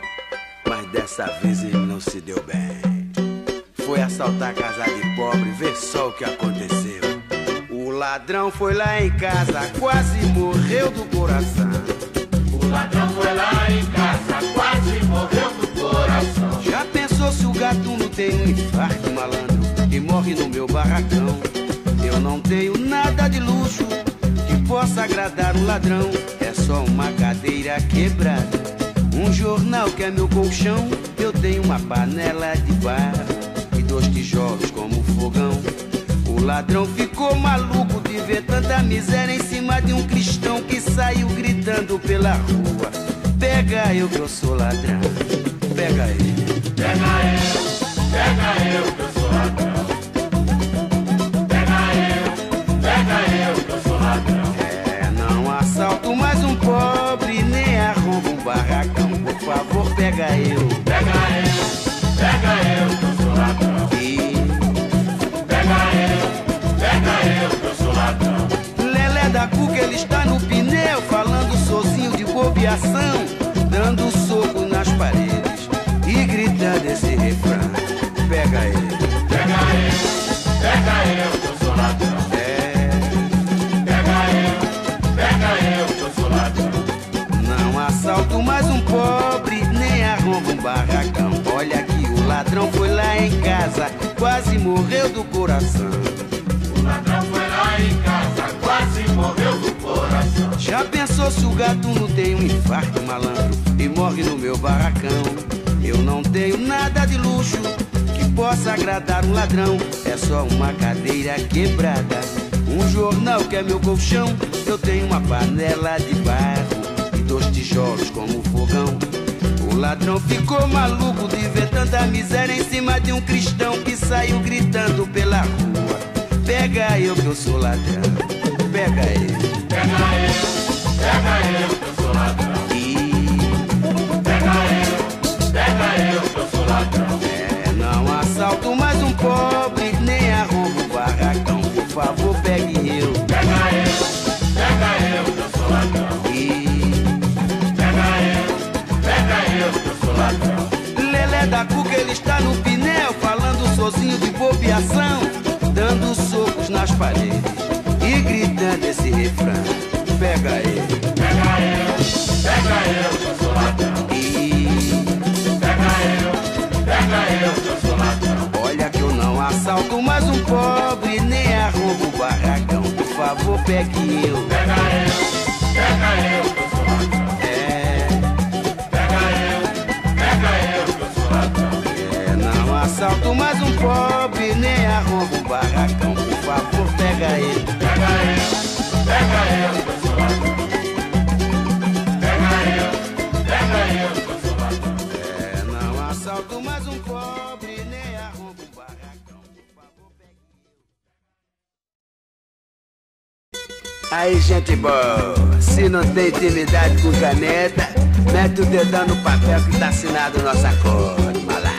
mas dessa vez ele não se deu bem. Foi assaltar a casa de pobre, vê só o que aconteceu. O ladrão foi lá em casa, quase morreu do coração. O ladrão foi lá em casa, quase morreu do coração. Já pensou se o gatuno tem um infarto, malandro, e morre no meu barracão? Eu não tenho nada de luxo que possa agradar um ladrão. É só uma cadeira quebrada, um jornal que é meu colchão. Eu tenho uma panela de barro e 2 tijolos como fogão. O ladrão ficou maluco de ver tanta miséria em cima de um cristão que saiu gritando pela rua: pega eu que eu sou ladrão. Pega ele. Pega eu que eu sou ladrão. Pega eu que eu sou ladrão. É, não assalto mais um pobre, nem arrombo um barracão. Por favor, pega eu. Pega eu que eu sou ladrão. Pega eu que eu sou ladrão. Lelé da Cuca, ele está no pneu, falando sozinho de bobeação, dando soco nas paredes e gritando esse refrão: pega ele. Pega eu que eu sou ladrão. Pega eu que eu sou ladrão. Não assalto mais um pobre, nem arrombo um barracão. Olha que o ladrão foi lá em casa, quase morreu do coração. O ladrão foi lá em casa, quase morreu do coração. Já pensou se o gatuno tem um infarto, malandro, e morre no meu barracão? Eu não tenho nada de luxo que possa agradar um ladrão. É só uma cadeira quebrada, um jornal que é meu colchão. Eu tenho uma panela de barro e 2 tijolos como fogão. O ladrão ficou maluco de ver tanta miséria em cima de um cristão que saiu gritando pela rua: pega eu que eu sou ladrão. Pega ele. Pega eu que eu sou ladrão. Pega eu que eu sou ladrão. É, não assalto mais um pobre, nem arrombo um barracão. Por favor, pegue eu. Pega eu que eu sou ladrão. Pega eu que eu sou ladrão. Lelé da Cuca, ele está no pneu, falando sozinho de bobeação, dando socos nas paredes e gritando esse refrão: pega ele. Pega eu que eu sou ladrão. Pega eu que eu sou ladrão. Olha que eu não assalto mais um pobre, nem arrombo o barracão. Por favor, pegue eu. Pega eu que eu sou ladrão. Pega eu que eu sou ladrão. É, não assalto mais um pobre, nem arrombo o barracão. Por favor, pega ele. Pega eu que eu sou ladrão. Pega eu que eu sou ladrão. É, não assalto mais um pobre, nem arrombo um barracão. Por favor, pegue eu. Aí, gente boa, se não tem intimidade com caneta, mete o dedão no papel que tá assinado nosso acordo, malandro.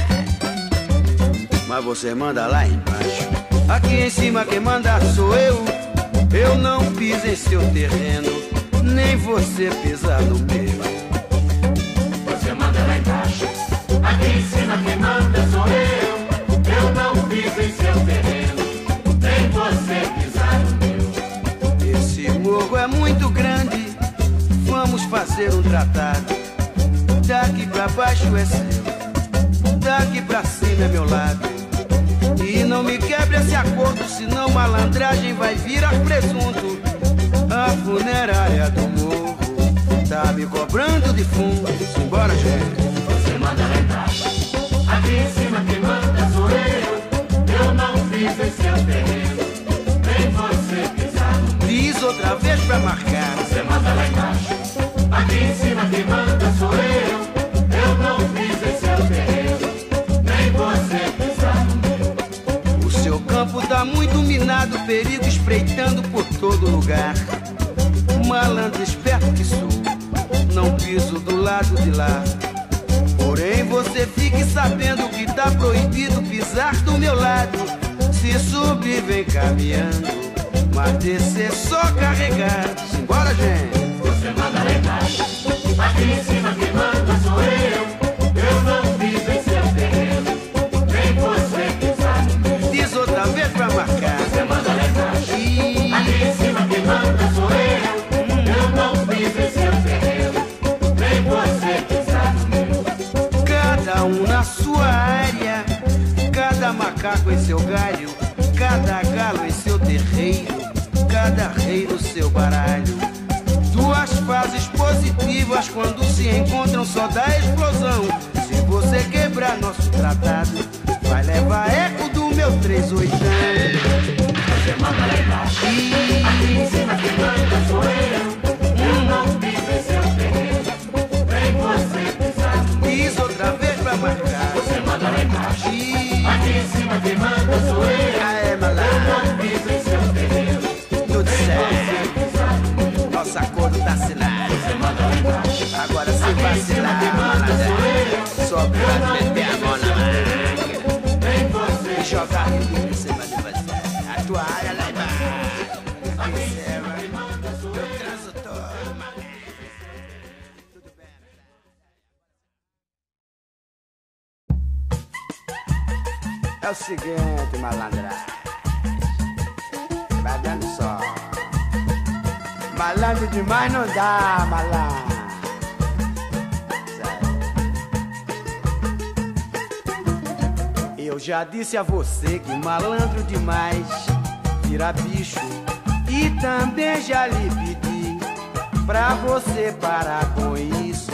Mas você manda lá embaixo, aqui em cima quem manda sou eu. Eu não piso em seu terreno, nem você pisar no meu. Você manda lá embaixo, aqui em cima quem manda sou eu. Eu não piso em seu terreno, nem você pisar no meu. Esse morro é muito grande, vamos fazer um tratado. Daqui pra baixo é seu, daqui pra cima é meu lado. E não me quebre esse acordo, senão malandragem vai virar presunto. A funerária do morro tá me cobrando de fundo. Simbora, gente. Você manda lá embaixo, aqui em cima quem manda sou eu. Eu não piso em seu terreno, nem você pisar no meu. Diz outra vez pra marcar. Você manda lá embaixo, aqui em cima quem manda sou eu. Eu não piso em seu terreno, nem você pisar no meu. O seu campo tá muito minado, perigo espreitando por todo lugar. Malandro esperto que sou, não piso do lado de lá. Porém você fique sabendo que tá proibido pisar do meu lado. Se subir vem caminhando, mas descer só carregar. Simbora, gente. Você manda lá embaixo, aqui em cima quem manda sou eu. Eu não piso em seu terreno, nem você pisar no meu. Diz outra vez pra marcar. Você manda lá embaixo, som da explosão. Se você quebrar nosso tratado, vai levar eco do meu 38. Você manda lá embaixo, aqui em cima quem manda sou eu. Eu não piso em seu terreno, vem você pisar. Diz outra vez pra marcar. Você manda lá embaixo, aqui em cima quem manda sou eu. Aê, malandro. Eu não piso em seu terreno, tudo certo. Nosso acordo tá assinado. Você manda lá embaixo, agora se vacilar, malandro, só pra meter a mão na máquina. vem você e jogar rio em cima de você. A tua área lá embaixo. aqui em cima quem manda sou eu. Eu transo todo, malandro. É o seguinte, malandragem, vai dando só. Malandro demais não dá, malandro. Eu já disse a você que malandro demais vira bicho. E também já lhe pedi pra você parar com isso.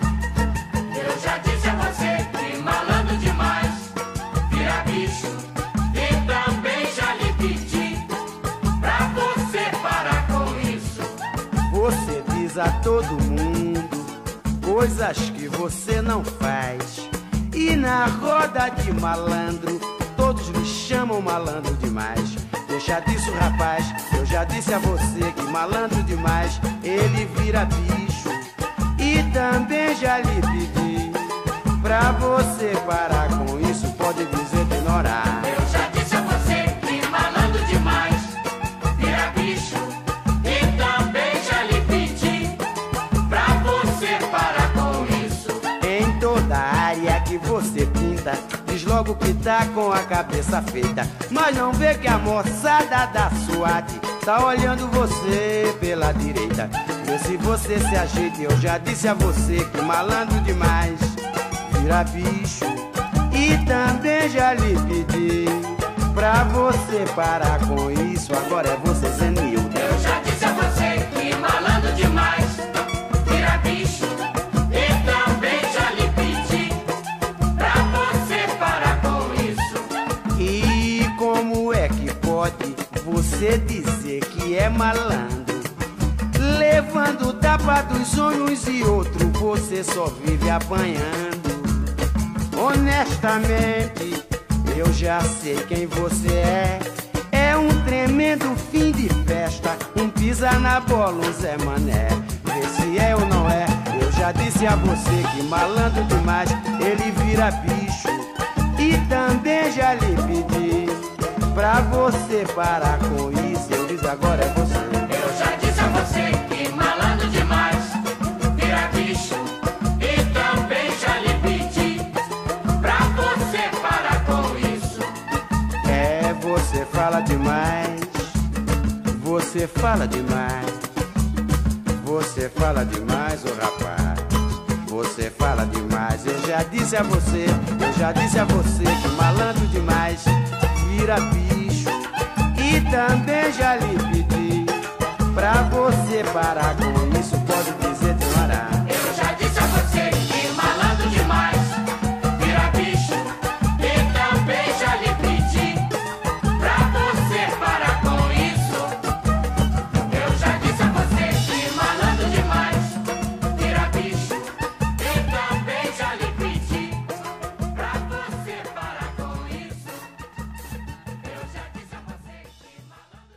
Eu já disse a você que malandro demais vira bicho. E também já lhe pedi pra você parar com isso. Você diz a todo mundo coisas que você não faz. E na roda de malandro todos me chamam malandro demais. Deixa disso, rapaz, eu já disse a você que malandro demais ele vira bicho. E também já lhe pedi pra você parar com isso, pode dizer de ignorar. Eu já disse a você que malandro demais vira bicho. E também já lhe pedi pra você parar com isso. Em toda área que você pinta, diz logo que tá com a cabeça feita, mas não vê que a moçada da SWAT tá olhando você pela direita. Vê se você se ajeita, eu já disse a você que malandro demais vira bicho. E também já lhe pedi pra você parar com isso, agora é você senil. Eu já disse a você que malandro demais vira bicho. E também já lhe pedi pra você parar com isso. E como é que pode você dizer que é malandro, levando tapa dos sonhos e outro você só vive apanhando? Honestamente, eu já sei quem você é. É um tremendo fim de festa, um pisa na bola, um Zé Mané. Vê se é ou não é. Eu já disse a você que malandro demais ele vira bicho. E também já lhe pedi pra você parar com isso. Eu disse agora é você. Eu já disse a você que malandro demais vira bicho. E também já lhe pedi pra você parar com isso. É, você fala demais. Você fala demais. Você fala demais, ô rapaz. Você fala demais. Eu já disse a você que malandro demais vira bicho. E também já lhe pedi pra você parar com isso, pode dizer de parar. Eu já disse a você que malandro demais vira bicho. E também já lhe pedi pra você parar com isso. Eu já disse a você que malandro demais vira bicho. E também já lhe pedi pra você parar com isso. Eu já disse a você que malandro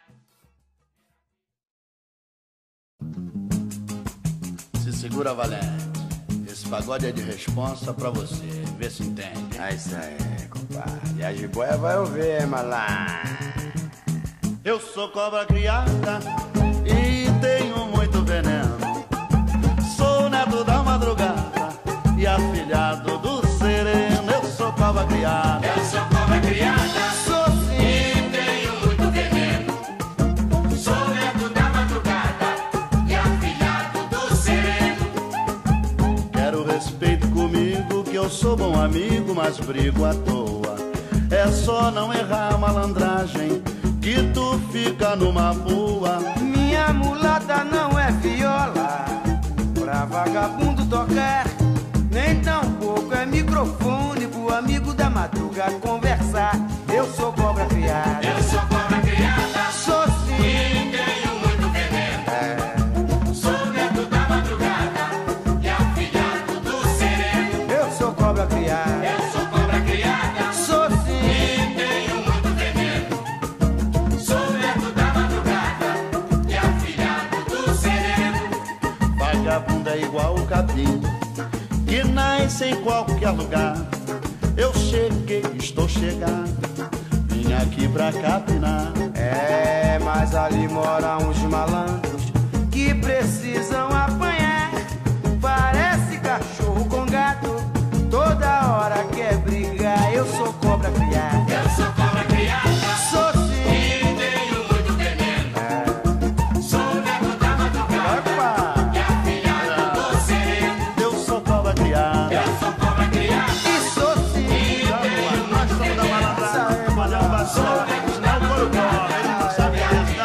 demais. Se segura, Valente. Esse pagode é de responsa pra você. Vê se entende. É isso aí, compadre. A jiboia vai ouvir, malandro. Eu sou cobra criada e tenho muito veneno. Sou neto da madrugada e afilhado do sereno. Eu sou cobra criada. Eu sou cobra criada. Sou sim. E tenho muito veneno. Sou neto da madrugada e afilhado do sereno. Quero respeito comigo, que eu sou bom amigo, mas brigo à toa. É só não errar, malandragem, que tu fica numa boa. Minha mulata não é viola pra vagabundo tocar. Nem tampouco é microfone pro amigo da madruga conversar. Eu sou cobra criada. Eu sou cobra criada. Sou sim. E tenho muito veneno. Sou neto da madrugada e afilhado do sereno. Eu sou cobra criada. Eu sou cobra criada. Sou sim. E tenho muito veneno. Sou neto da madrugada e afilhado do sereno. Vagabundo é igual o capim que nasce em qualquer lugar. Eu cheguei, estou chegando, vim aqui pra capinar. É, mas ali moram uns malandros que precisam apanhar. Parece cachorro com gato, toda hora quer brigar. Eu sou cobra criada. Eu sou cobra criada. Sou sim. E tenho muito veneno. Sou neto da madrugada e afilhado do sereno. Eu sou cobra criada. Eu sou cobra criada. E sou sim. Nós estamos da malandragem, mas é um vacilo. Não for o cobra, ele não sabe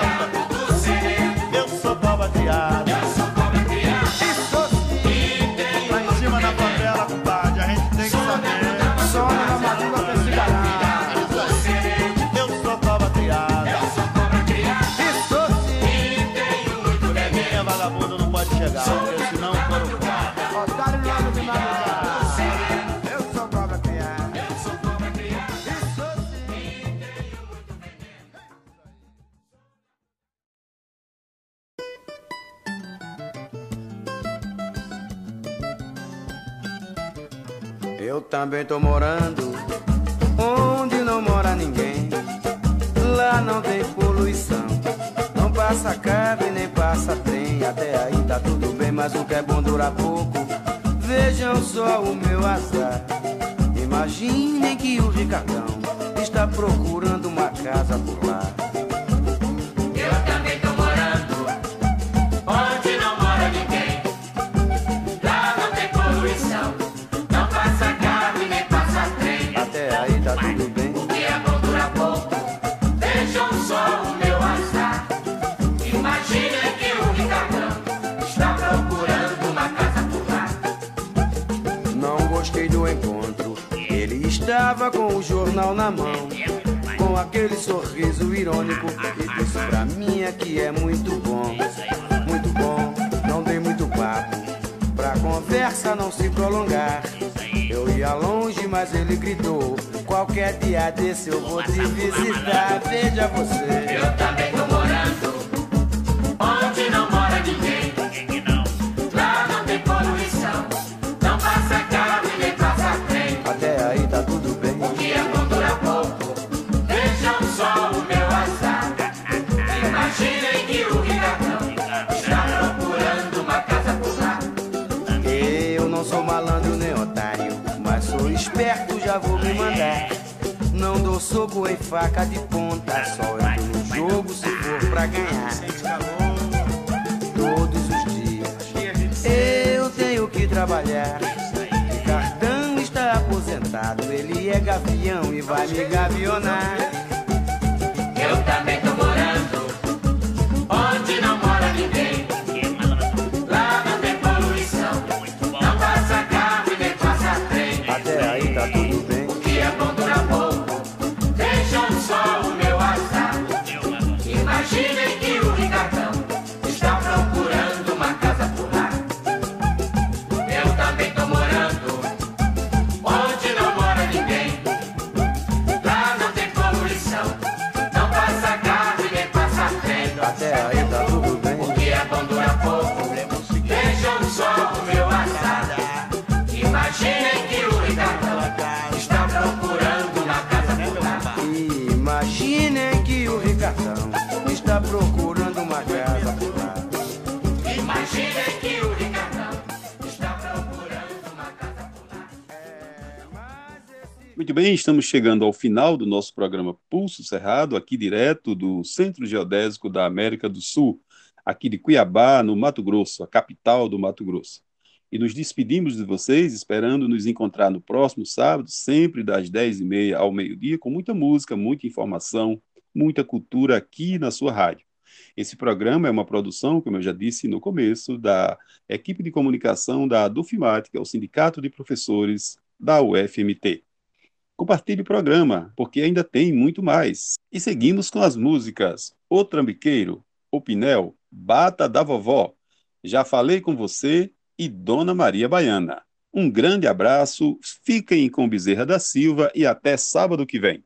do eu sou cobra criada. Eu sou cobra criada. E sou sim. Lá em cima da favela, compadre, a gente tem que saber. Só na madruga pra se ganar. Eu sou cobra criada. Eu sou cobra criada. E sou sim. E tenho muito veneno. Quem é vagabundo não pode chegar, porque senão for o cobra. Otário no ano de madrugada. Eu sou cobra criada. Eu sou cobra criada. E sou sim. E tenho muito veneno. Eu também tô morando onde não mora ninguém. Lá não tem poluição, não passa carro e nem passa trem. Até aí tá tudo bem, mas o que é bom dura pouco. Vejam só o meu azar. Imaginem que o Ricardão está procurando uma casa por lá. Eu também tô morando onde não mora ninguém. Lá não tem poluição, não passa carro e nem passa trem. Até aí tá tudo bem. O que é bom dura pouco. Vejam só o meu azar. Imaginem que o Ricardão está procurando uma casa por lá. Não gostei do encontro. Ele estava com o jornal na mão, com aquele sorriso irônico, e disse pra mim é que é muito bom. Muito bom, não dei muito papo, pra conversa não se prolongar. Eu ia longe, mas ele gritou: qualquer dia desse eu vou te visitar. Veja você. Eu também tô morando onde não mora ninguém. Lá não tem poluição, não passa carro e nem passa trem. Até aí tá tudo bem. O que é bom dura pouco. Vejam só o meu azar. Imaginem que o Ricardão está procurando uma casa por lá. Eu não sou malandro nem otário, mas sou esperto, já vou me mandar. Não dou soco em faca de ponta, só entro no jogo se for pra ganhar. Todos os dias eu tenho que trabalhar. Ricardão está aposentado, ele é gavião e vai me gavionar. Eu também tô morando onde não mora ninguém. Lá não tem poluição, não passa carro e nem passa trem. Até aí tá tudo bem. O que é bom dura pouco. Vejam só o meu azar. Imaginem que o Ricardão está procurando uma casa por lá. Eu também tô morando onde não mora ninguém. Lá não tem poluição, não passa carro e nem passa trem. Até aí tá tudo bem. O que é bom dura pouco. Vejam só o meu azar. Imaginem que o Ricardão está procurando uma casa por lá. Imaginem que o Ricardão está procurando uma casa por lá. Imaginem que o Ricardão está procurando uma casa por lá. Muito bem, estamos chegando ao final do nosso programa Pulso Cerrado, aqui direto do Centro Geodésico da América do Sul, aqui de Cuiabá, no Mato Grosso, a capital do Mato Grosso. E nos despedimos de vocês, esperando nos encontrar no próximo sábado, sempre das 10h30 ao meio-dia, com muita música, muita informação, muita cultura aqui na sua rádio. Esse programa é uma produção, como eu já disse no começo, da equipe de comunicação da Dufmat, que é o Sindicato de Professores da UFMT. Compartilhe o programa, porque ainda tem muito mais. E seguimos com as músicas O Trambiqueiro, O Pinel, Bata da Vovó, Já Falei com Você e Dona Maria Baiana. Um grande abraço, fiquem com Bezerra da Silva e até sábado que vem.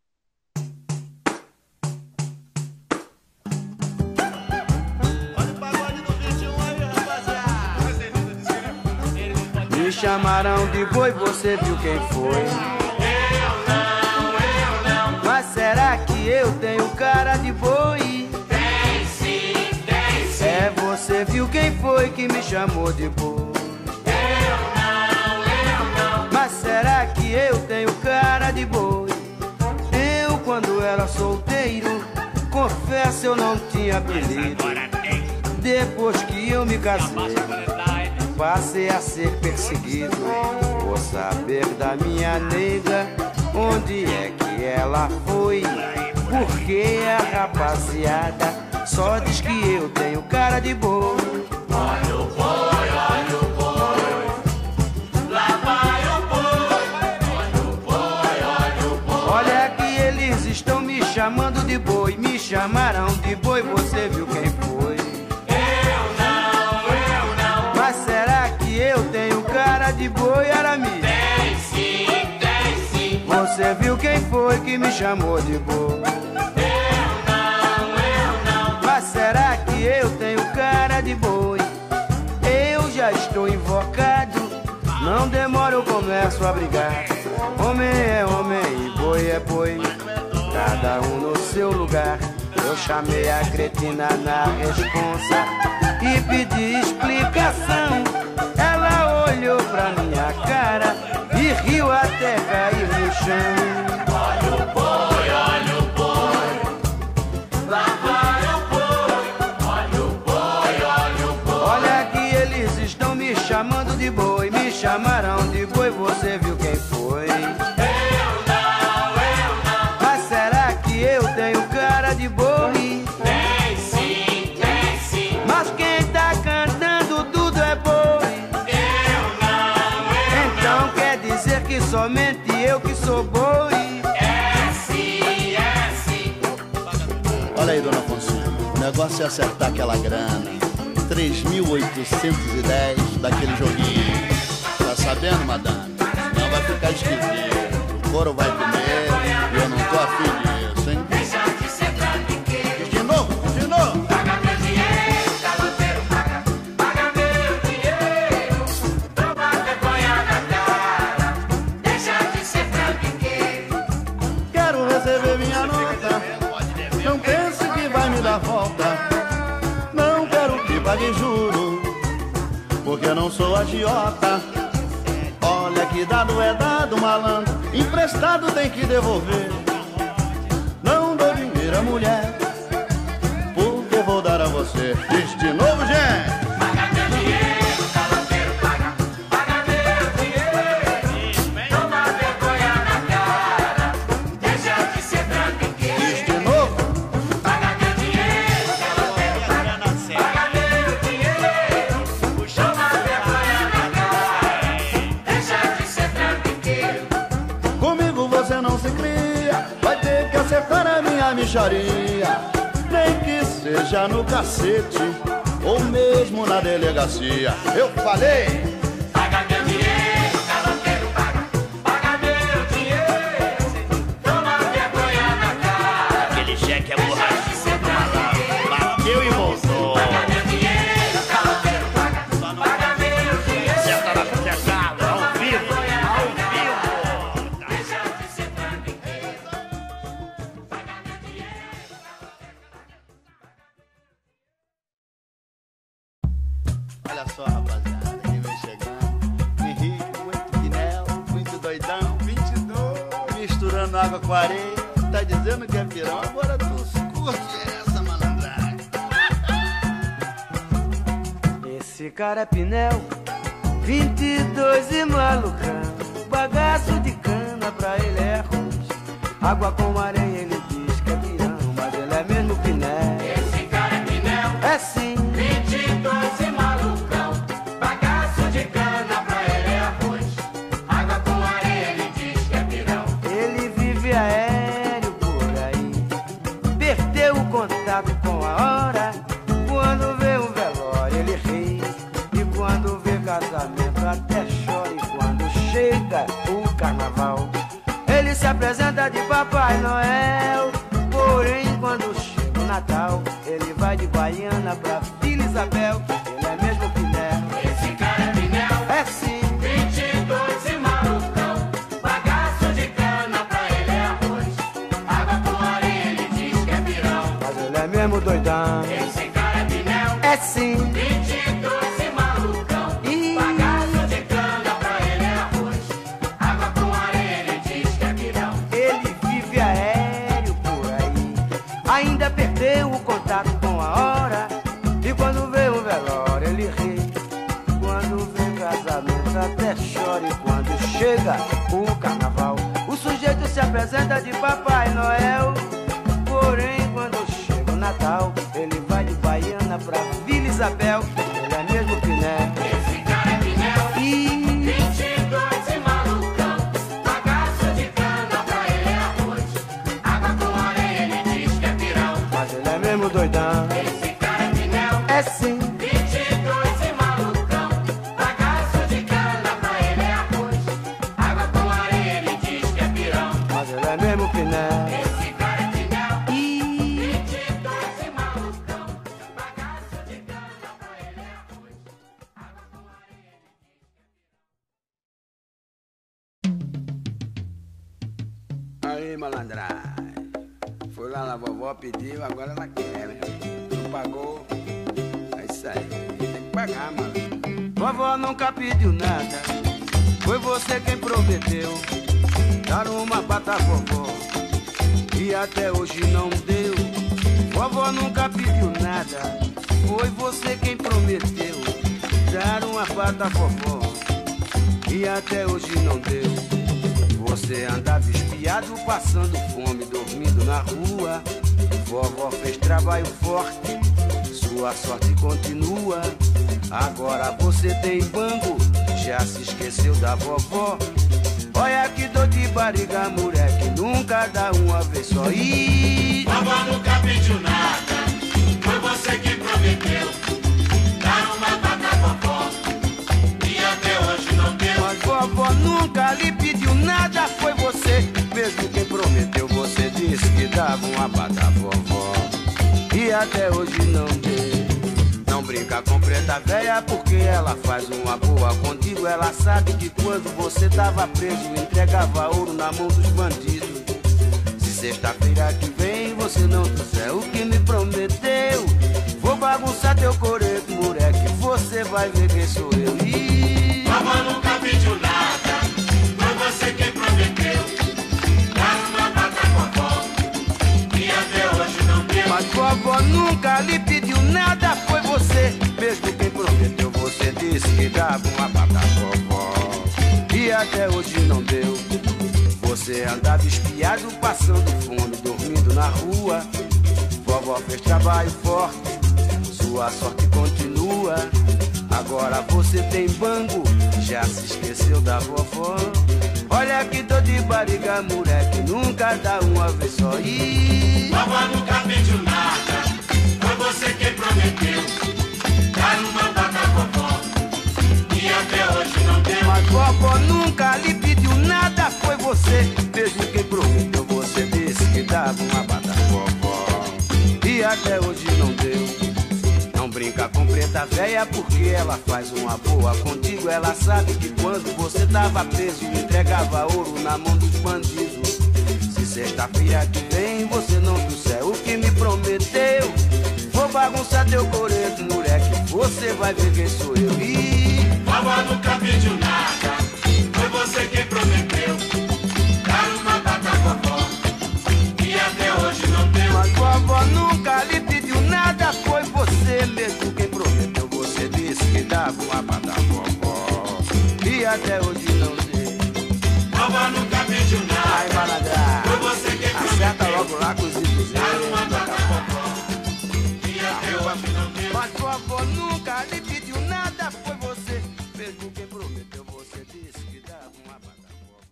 Me chamaram de boi, você viu quem foi? Eu não. Mas será que eu tenho cara de boi? Tem sim. É, você viu quem foi que me chamou de boi? Eu não. Mas será que eu tenho cara de boi? Eu, quando era solteiro, confesso eu não tinha apelido. Depois que eu me casei, passei a ser perseguido. Vou saber da minha nega onde é que ela foi, porque a rapaziada só diz que eu tenho cara de boi. Olha o boi, lá vai o boi. Olha o boi. Olha que eles estão me chamando de boi, me chamaram de boi, você viu quem foi? Eu não. Mas será que eu tenho cara de boi, Arami? Tem sim. Você viu quem foi que me chamou de boi? Eu não. Mas será que eu tenho cara de boi? Eu já estou invocado, não demora eu começo a brigar. Homem é homem e boi é boi, cada um no seu lugar. Eu chamei a cretina na responsa e pedi explicação. Ela olhou pra minha cara e riu até cair no chão. Olha o boi, lá vai o boi. Olha que eles estão me chamando de boi, me chamaram de boi, você viu quem foi? Eu não. Mas será que eu tenho cara de boi? Tem sim. Mas quem tá cantando tudo é boi. Eu não. Então quer dizer que somente eu que sou boi? É sim. Olha aí, dona Fonseca, o negócio é acertar aquela grana. 3.810 daquele joguinho. Tá sabendo, madame? Não vai ficar esquisito. O couro vai comer e eu não tô afim disso, hein? Deixa de ser trambiqueiro. De novo. Paga meu dinheiro, caloteiro, paga meu dinheiro. Toma vergonha na cara. Deixa de ser trambiqueiro. Quero receber minha nota. Não pense que vai me dar volta. Não quero que pague juro, porque eu não sou agiota. Olha que dado é dado, malandro. Emprestado tem que devolver. Não dou dinheiro à mulher, porque vou dar a você. Diz de novo, gente. Paga meu dinheiro, caloteiro, paga meu dinheiro. Toma vergonha na cara. Deixa de ser trambiqueiro. Diz de novo. Paga meu dinheiro, caloteiro, paga meu dinheiro. Toma vergonha na cara. Deixa de ser trambiqueiro. Comigo você não se cria, vai ter que acertar a minha mixaria. Nem que seja no cacete ou mesmo na delegacia. Eu falei. Paga meu dinheiro, caloteiro, paga meu dinheiro. Toma vergonha na cara. Aquele cheque é borrachudo, malandro. Bateu e voltou. Paga meu dinheiro, caloteiro, paga meu dinheiro. Acerta na secada, ao vivo. Deixa de ser trambiqueiro. Olha só, rapaziada, quem vem chegando. Henrique, muito guinel, muito doidão. 22. Misturando água com areia. Tá dizendo que é pirão, agora tu curte essa malandragem. Esse cara é Pinel, 22 e malucão. Bagaço de cana pra ele é arroz. Água com areia ele diz que é pirão, mas ele é mesmo Pinel. Esse cara é Pinel. É sim. 22 e malucão, bagaço de cana pra ele é arroz. Água com areia ele diz que é pirão. Ele vive aéreo por aí, perdeu o contato com a hora. Quando vê um velório ele ri, e quando vê casamento até chora. E quando chega o carnaval, ele se apresenta de Papai Noel. Porém quando chega o Natal, ele vai de Baiana pra Vila Isabel. Ele é mesmo Pinel. Esse cara é Pinel. É sim. 22 e malucão, bagaço de cana pra ele é arroz. Água com areia ele diz que é pirão. Mas ele é mesmo doidão. Esse cara é Pinel. É sim. 22 e malucão, bagaço de cana pra ele é arroz. Água com areia ele diz que é pirão. Ele vive aéreo por aí, ainda perdeu o contato com a hora. E quando vê um velório ele ri, quando vê casamento até chora. E quando chega o carnaval, o sujeito se apresenta de Papai Noel. Porém quando chega o Natal, ele vai de Baiana pra Vila Isabel. Ele é mesmo Piné. Esse cara é Pinel. 22 e malucão, bagaço de cana pra ele é arroz. Água com areia ele diz que é pirão. Mas ele é mesmo doidão. Esse cara é Pinel. É sim. 22 e malucão, bagaço de cana pra ele é arroz. Água com areia ele diz que é pirão. Mas ele é mesmo Piné. Esse cara é Pinel. 22 e malucão, bagaço de cana pra ele é arroz. Água com areia ele diz que é pirão. Aí, malandragem. Foi lá na vovó, pediu, agora ela quer, né? Não pagou. É isso aí. Tem que pagar, mano. Vovó nunca pediu nada. Foi você quem prometeu dar uma bata, vovó. E até hoje não deu. Vovó nunca pediu nada. Foi você quem prometeu dar uma bata, vovó. E até hoje não deu. Você andava espiado, passando fome, dormindo na rua. Vovó fez trabalho forte, sua sorte continua. Agora você tem banco, já se esqueceu da vovó. Olha que dor de barriga, moleque, nunca dá uma vez só. Ih, vovó nunca pediu nada, foi você que prometeu dar uma bata, vovó. E até hoje não deu. Mas vovó nunca lhe pediu nada, foi você mesmo quem prometeu. Você disse que dava uma bata, vovó. E até hoje não deu. Não brinca com preta véia, porque ela faz uma boa contigo. Ela sabe que quando você tava preso, entregava ouro na mão dos bandidos. Se sexta-feira que vem você não fizer o que me prometeu, vou bagunçar teu coreto, moleque, você vai ver quem sou eu. Ih, vovó nunca pediu nada, foi você quem prometeu dar uma bata, vovó. E até hoje não deu. Mas vovó nunca lhe pediu nada, foi você mesmo quem prometeu. Você disse que dava uma bata, vovó. E até hoje não deu. Você andava espiado, passando fome, dormindo na rua. Vovó fez trabalho forte, sua sorte continua. Agora você tem banco, já se esqueceu da vovó. Olha que dor de barriga, moleque, nunca dá uma vez só. Ih, vovó nunca pediu nada, foi você quem prometeu dar uma bata, vovó. E até hoje não deu. Mas vovó nunca lhe pediu nada, foi você mesmo quem prometeu. Você disse que dava uma bata, vovó. E até hoje não deu. Não brinca com preta véia, porque ela faz uma boa contigo. Ela sabe que quando você tava preso, entregava ouro na mão dos bandidos. Se sexta-feira que vem você não trouxer o que me prometeu, vou bagunçar teu coreto, moleque, você vai ver quem sou eu. Ih, vovó nunca pediu nada, foi você quem prometeu dar uma bata, vovó. E até hoje não deu. Mas vovó nunca lhe pediu nada, foi você mesmo quem prometeu. Você disse que dava uma bata, vovó. E até hoje não deu. Vovó nunca pediu nada. Ai, malandra, foi você quem prometeu. acerta logo lá com os dar uma bata, vovó. E até eu afino mesmo. Mas sua avó nunca lhe pediu nada, foi você mesmo quem prometeu. Você disse que dava uma banda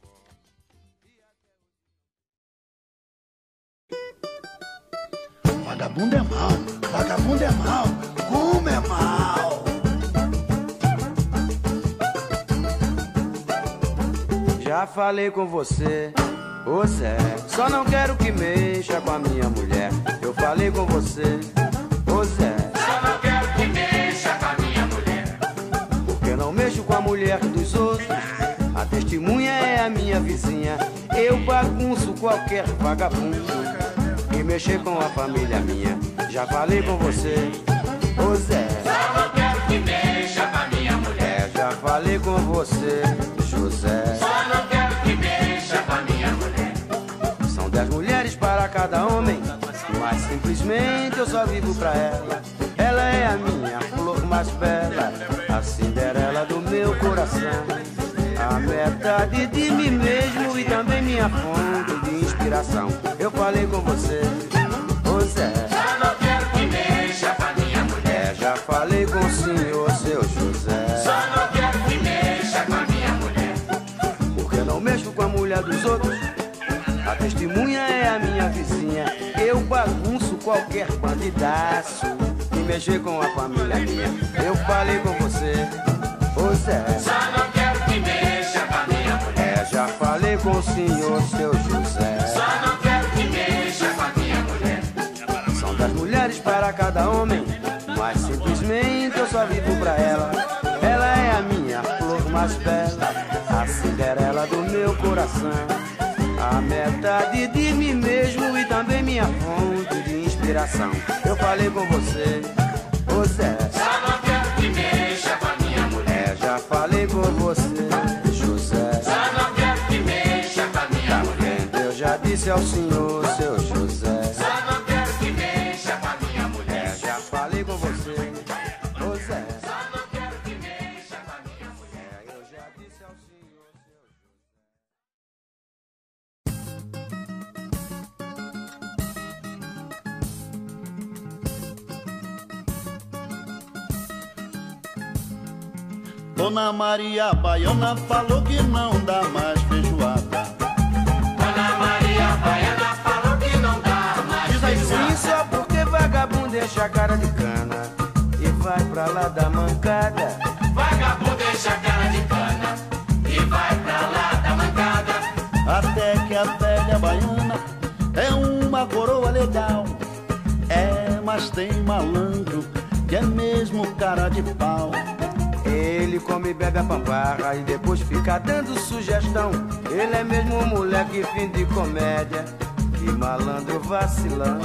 vovó. Vagabundo é mal, vagabundo é mal, como é mal. Já falei com você, ô Zé, só não quero que mexa com a minha mulher. Eu falei com você, ô Zé, só não quero que mexa com a minha mulher. porque não mexo com a mulher dos outros. A testemunha é a minha vizinha. Eu bagunço qualquer vagabundo e mexer com a família minha. Já falei com você, ô Zé, só não quero que mexa com a minha mulher. já falei com você, José, só não quero que mexa com a minha mulher. são 10 mulheres para cada homem, mas simplesmente eu só vivo pra ela. Ela é a minha flor mais bela, a Cinderela do meu coração, a metade de mim mesmo e também minha fonte de inspiração. Eu falei com você, ô Zé, só não quero que mexa com a minha mulher. já falei com o senhor, seu José, Só não quero que mexa com a minha mulher. porque não mexo com a mulher dos outros. A testemunha é a minha vizinha. Eu bagunço qualquer bandidaço e mexer com a família minha. Eu falei com você, ô Zé, Só não quero que mexa com a minha mulher. já falei com o senhor, seu José, Só não quero que mexa com a minha mulher. são 10 mulheres para cada homem, mas simplesmente eu só vivo pra ela. Ela é a minha flor mais bela, a Cinderela do meu coração, a metade de mim mesmo e também minha fonte de inspiração. Eu falei com você, ô Zé, Só não quero que mexa com a minha mulher. já falei com você, José, Só não quero que mexa com a minha mulher. eu já disse ao senhor, seu José, Só não quero que mexa com a minha mulher. já falei com você, ô Zé, Só não quero que mexa com a minha mulher. eu já disse ao senhor, seu José. Dona Maria Baiana falou que não dá mais feijoada. Dona Maria Baiana falou que não dá mais Diz aí sim, feijoada. só porque vagabundo deixa a cara de cana e vai pra lá da mancada. Vagabundo deixa a cara de cana e vai pra lá da mancada. Até que a velha baiana é uma coroa legal. É, mas tem malandro que é mesmo cara de pau. Ele come e bebe a pamparra e depois fica dando sugestão. Ele é mesmo um moleque fim de comédia e malandro vacilando.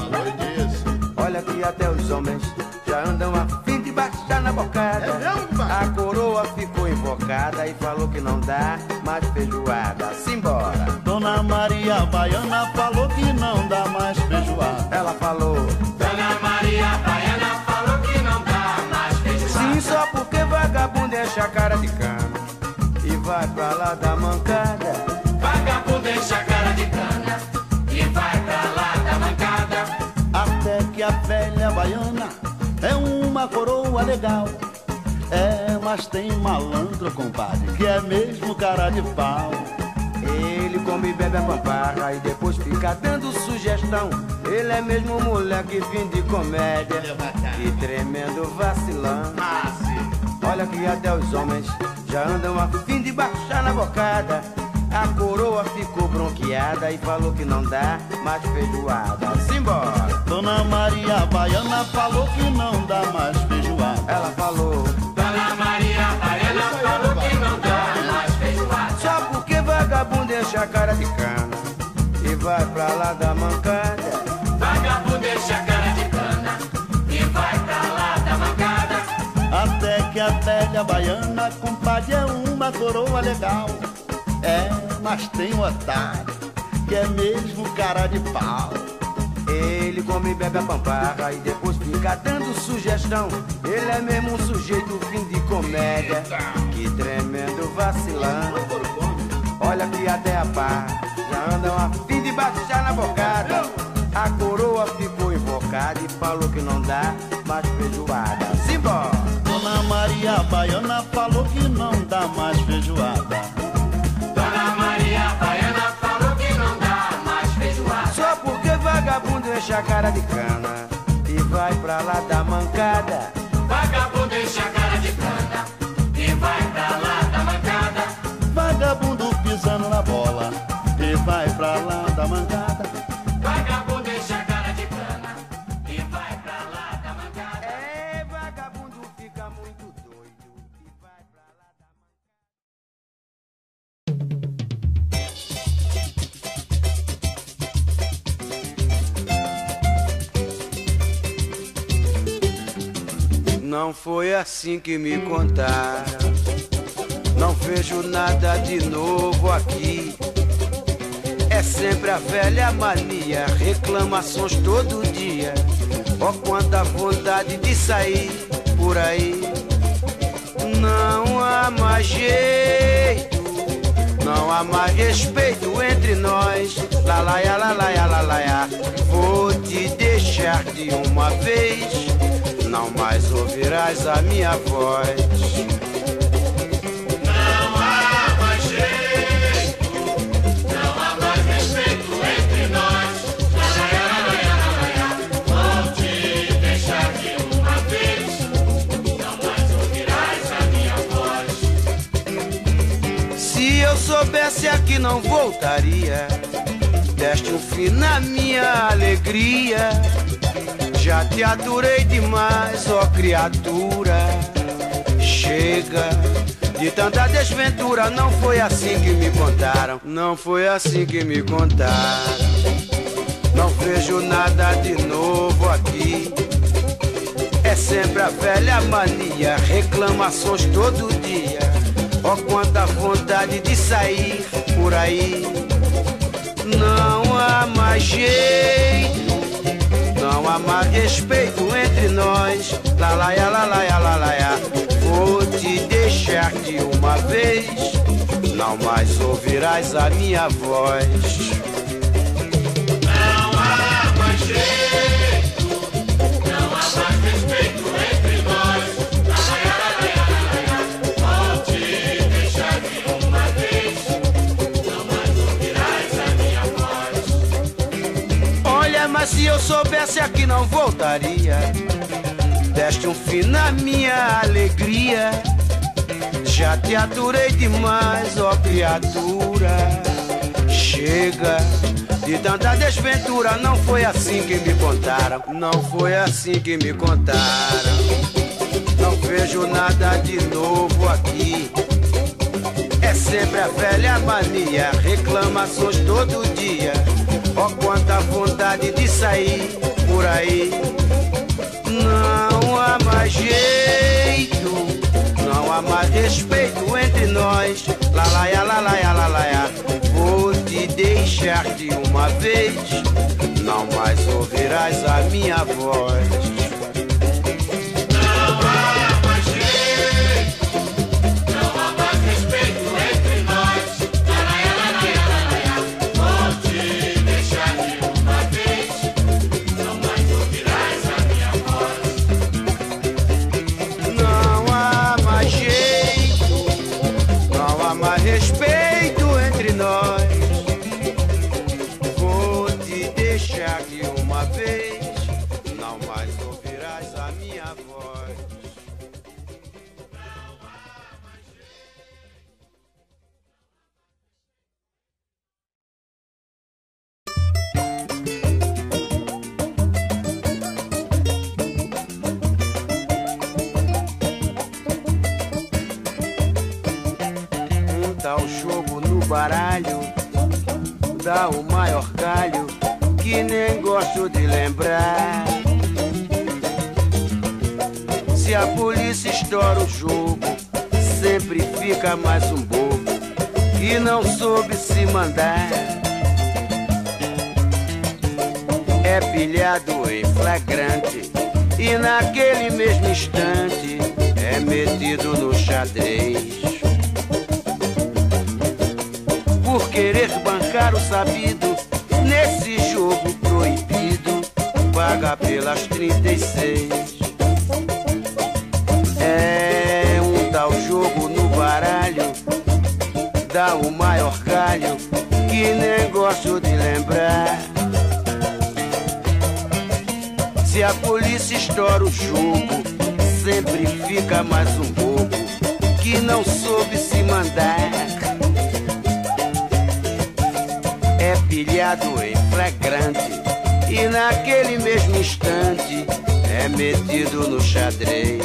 Olha que até os homens já andam a fim de baixar na bocada. A coroa ficou invocada e falou que não dá mais feijoada. Simbora! Dona Maria Baiana falou que não dá mais feijoada. Ela falou, Dona Maria Baiana falou que não dá mais feijoada. sim, só porque vagabundo deixa a cara de cana e vai pra lá da mancada. Vagabundo deixa a cara de cana e vai pra lá da mancada. Até que a velha baiana é uma coroa legal. É, mas tem malandro, compadre, que é mesmo cara de pau. Ele come e bebe a pamparra e depois fica dando sugestão. Ele é mesmo um moleque fim de comédia e tremendo vacilão. Olha que até os homens já andam a fim de baixar na bocada. A coroa ficou bronqueada e falou que não dá mais feijoada. Simbora! Dona Maria Baiana falou que não dá mais feijoada. Ela falou, Dona Maria Baiana falou que não dá mais feijoada. só porque vagabundo deixa a cara de cana e vai pra lá da mancada. Vagabundo deixa a cara de cana e vai pra lá da mancada. Até que a velha baiana, compadre, é uma coroa legal. É, mas tem um otário que é mesmo cara de pau. Ele come e bebe a pamparra e depois fica dando sugestão. Ele é mesmo um sujeito fim de comédia, que tremendo vacilão. Olha que até a pá já andam a fim de baixar na bocada. A coroa ficou invocada e falou que não dá mais feijoada. Simbora! Dona Maria Baiana falou que não dá mais feijoada. Dona Maria Baiana falou que não dá mais feijoada. Só porque vagabundo enche a cara de cana e vai pra lá da mancada. Vagabundo enche a cara de cana e vai pra lá da mancada. Vagabundo pisando na bola e vai pra lá da mancada. Vagabundo enche a cara de cana e vai pra lá da mancada. É, vagabundo fica muito doido e vai pra lá da mancada. Não foi assim que me contaram. Não vejo nada de novo aqui. É sempre a velha mania, reclamações todo dia. Ó, quanta vontade de sair por aí. Não há mais jeito, não há mais respeito entre nós. Lalaia, lalaia, lalaia. Vou te deixar de uma vez, não mais ouvirás a minha voz. Se eu soubesse aqui não voltaria, deste um fim na minha alegria. Já te aturei demais, ó criatura. Chega de tanta desventura, não foi assim que me contaram. Não foi assim que me contaram. Não vejo nada de novo aqui. É sempre a velha mania, reclamações todo dia. Ó, quanta vontade de sair por aí. Não há mais jeito, não há mais respeito entre nós. Lalaia, lalaia, lalaia. Vou te deixar de uma vez, não mais ouvirás a minha voz. Não há mais jeito, não há mais respeito entre nós. Lalaia, lalaia, lalaia. Vou te deixar de uma vez, não mais ouvirás a minha voz. Olha, mas se eu soubesse aqui não voltaria. Deste um fim na minha alegria. Já te aturei demais, ó criatura. Chega de tanta desventura, não foi assim que me contaram. Não foi assim que me contaram. Não vejo nada de novo aqui. É sempre a velha mania, reclamações todo dia. Ó, quanta vontade de sair por aí. Não há mais jeito, não há mais respeito entre nós. Lalaia, lalaia, lalaia. Vou te deixar de uma vez, não mais ouvirás a minha voz. Não há mais jeito, não há mais respeito entre nós. Lalaia, lalaia, lalaia. Vou te deixar de uma vez, não mais ouvirás a minha voz. Não há mais jeito, não há mais respeito entre nós. Vou te deixar de uma vez, não mais ouvirás a minha voz. Um tal jogo no baralho dá o maior galho que nem gosto de lembrar. Se a polícia estoura o jogo, sempre fica mais um bobo que não soube se mandar. É pilhado em flagrante e naquele mesmo instante é metido no xadrez. Por querer bancar o sabido nesse jogo proibido, paga pelas 36. É um tal jogo no baralho, dá o maior galho, que nem gosto de lembrar. Se a polícia estoura o jogo, sempre fica mais um bobo que não soube se mandar. É pilhado em flagrante e naquele mesmo instante é metido no xadrez.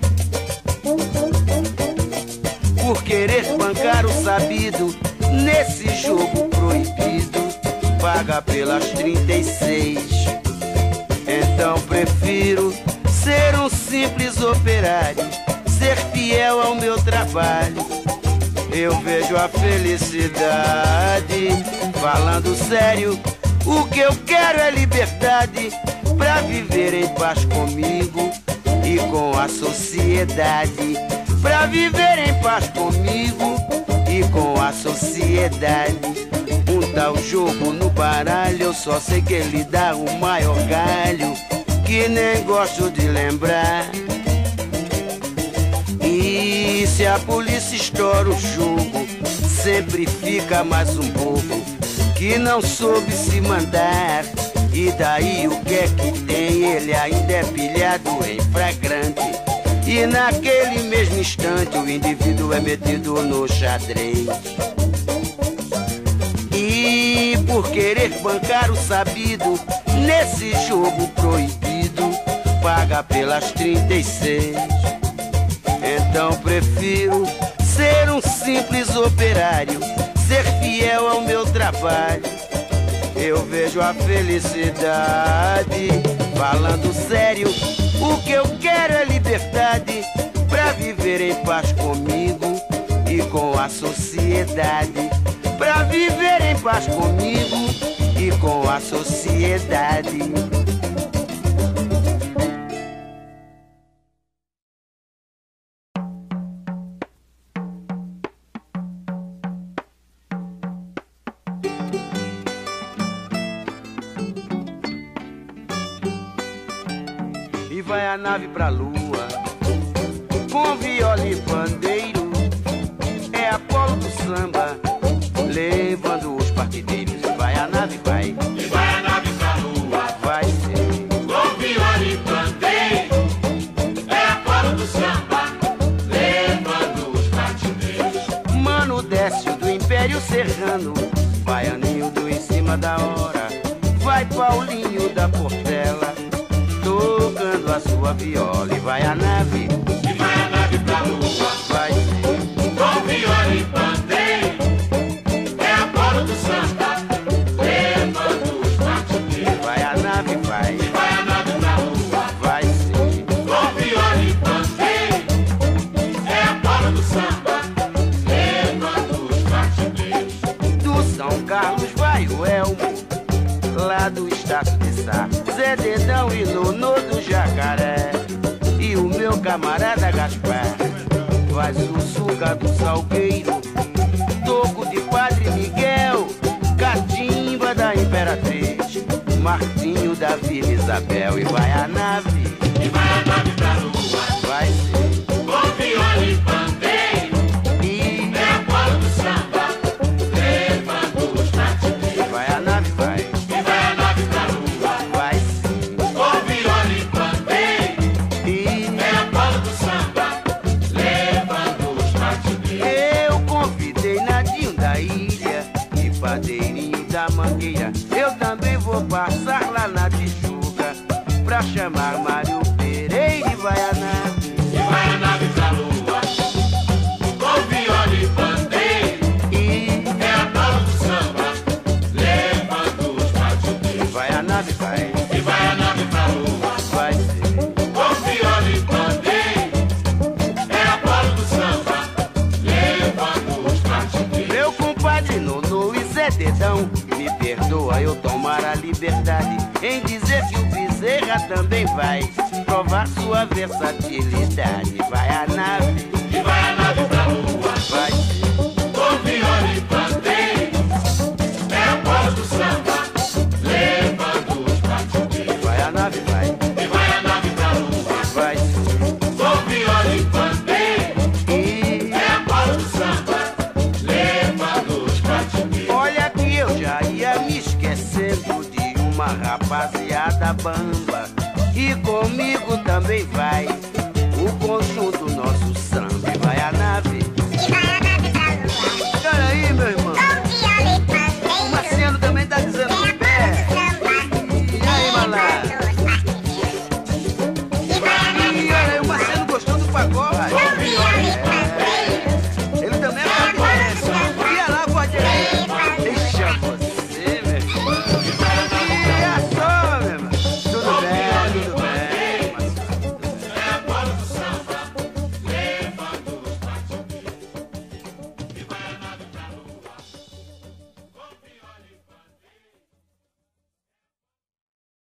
Por querer bancar o sabido nesse jogo proibido, paga pelas 36. Então prefiro ser um simples operário, ser fiel ao meu trabalho. Eu vejo a felicidade, falando sério, o que eu quero é liberdade, pra viver em paz comigo e com a sociedade. Pra viver em paz comigo e com a sociedade. Um tal jogo no baralho, eu só sei que ele dá o maior galho, que nem gosto de lembrar. E se a polícia estoura o jogo, sempre fica mais um bobo que não soube se mandar. E daí o que é que tem? Ele ainda é pilhado em flagrante e naquele mesmo instante o indivíduo é metido no xadrez. E por querer bancar o sabido nesse jogo proibido, paga pelas 36. Então prefiro ser um simples operário, ser fiel ao meu trabalho. Eu vejo a felicidade, falando sério, o que eu quero é liberdade, pra viver em paz comigo e com a sociedade. Pra viver em paz comigo e com a sociedade. E vai a nave pra lua, com viola e pandeiro, é Apolo do samba, levando os partideiros. E vai a nave, vai. E vai a nave pra lua, vai ser, com viola e pandeiro, é Apolo do samba, levando os partideiros. Mano Décio do Império Serrano, Baianinho do Em Cima da Hora, vai Paulinho da Portela, tocando a sua viola. E vai a nave, e vai a nave pra lua, vai ser, com viola e pandeiro, é Apolo do samba, levando os partideiros. Vai a nave, vai, e vai a nave pra lua, vai ser, com viola e pandeiro, é Apolo do samba, levando os partideiros. do São Carlos vai o Elmo, lá do Estácio de Sá, Zé Dedão e Nonô do Jacaré, e o meu camarada Gaspar vai Sussuca do Salgueiro, toco de Padre Miguel, catimba da Imperatriz, Martinho da Vila Isabel. E vai a nave, e vai a nave pra lua, vai ser, com viola e pandeiro, e é Apolo do samba, levando os partideiros. vai a nave, vai, E vai a nave pra lua, vai ser, com viola e pandeiro, e é Apolo do samba, levando os partideiros. eu convidei Nadinho da Ilha e Padeirinho da Mangueira. Eu também vou passar lá na Tijuca pra chamar Mário Pereira. E vai a nave, E vai a nave pra lua, com viola e pandeiro, e é Apolo do samba, levando os partideiros. vai a nave, vai, E vai a nave pra lua, vai ser, com viola e pandeiro, é Apolo do samba, levando os partideiros. meu compadre Nonô e Zé Dedão, me perdoa eu tomar a liberdade em dizer que o Bezerra também vai provar sua versatilidade. Vai a nave, E vai a nave pra lua, vai ser, com viola e pandeiro, é Apolo do samba, levando os partideiros. vai a nave, vai. bamba, e comigo também vai.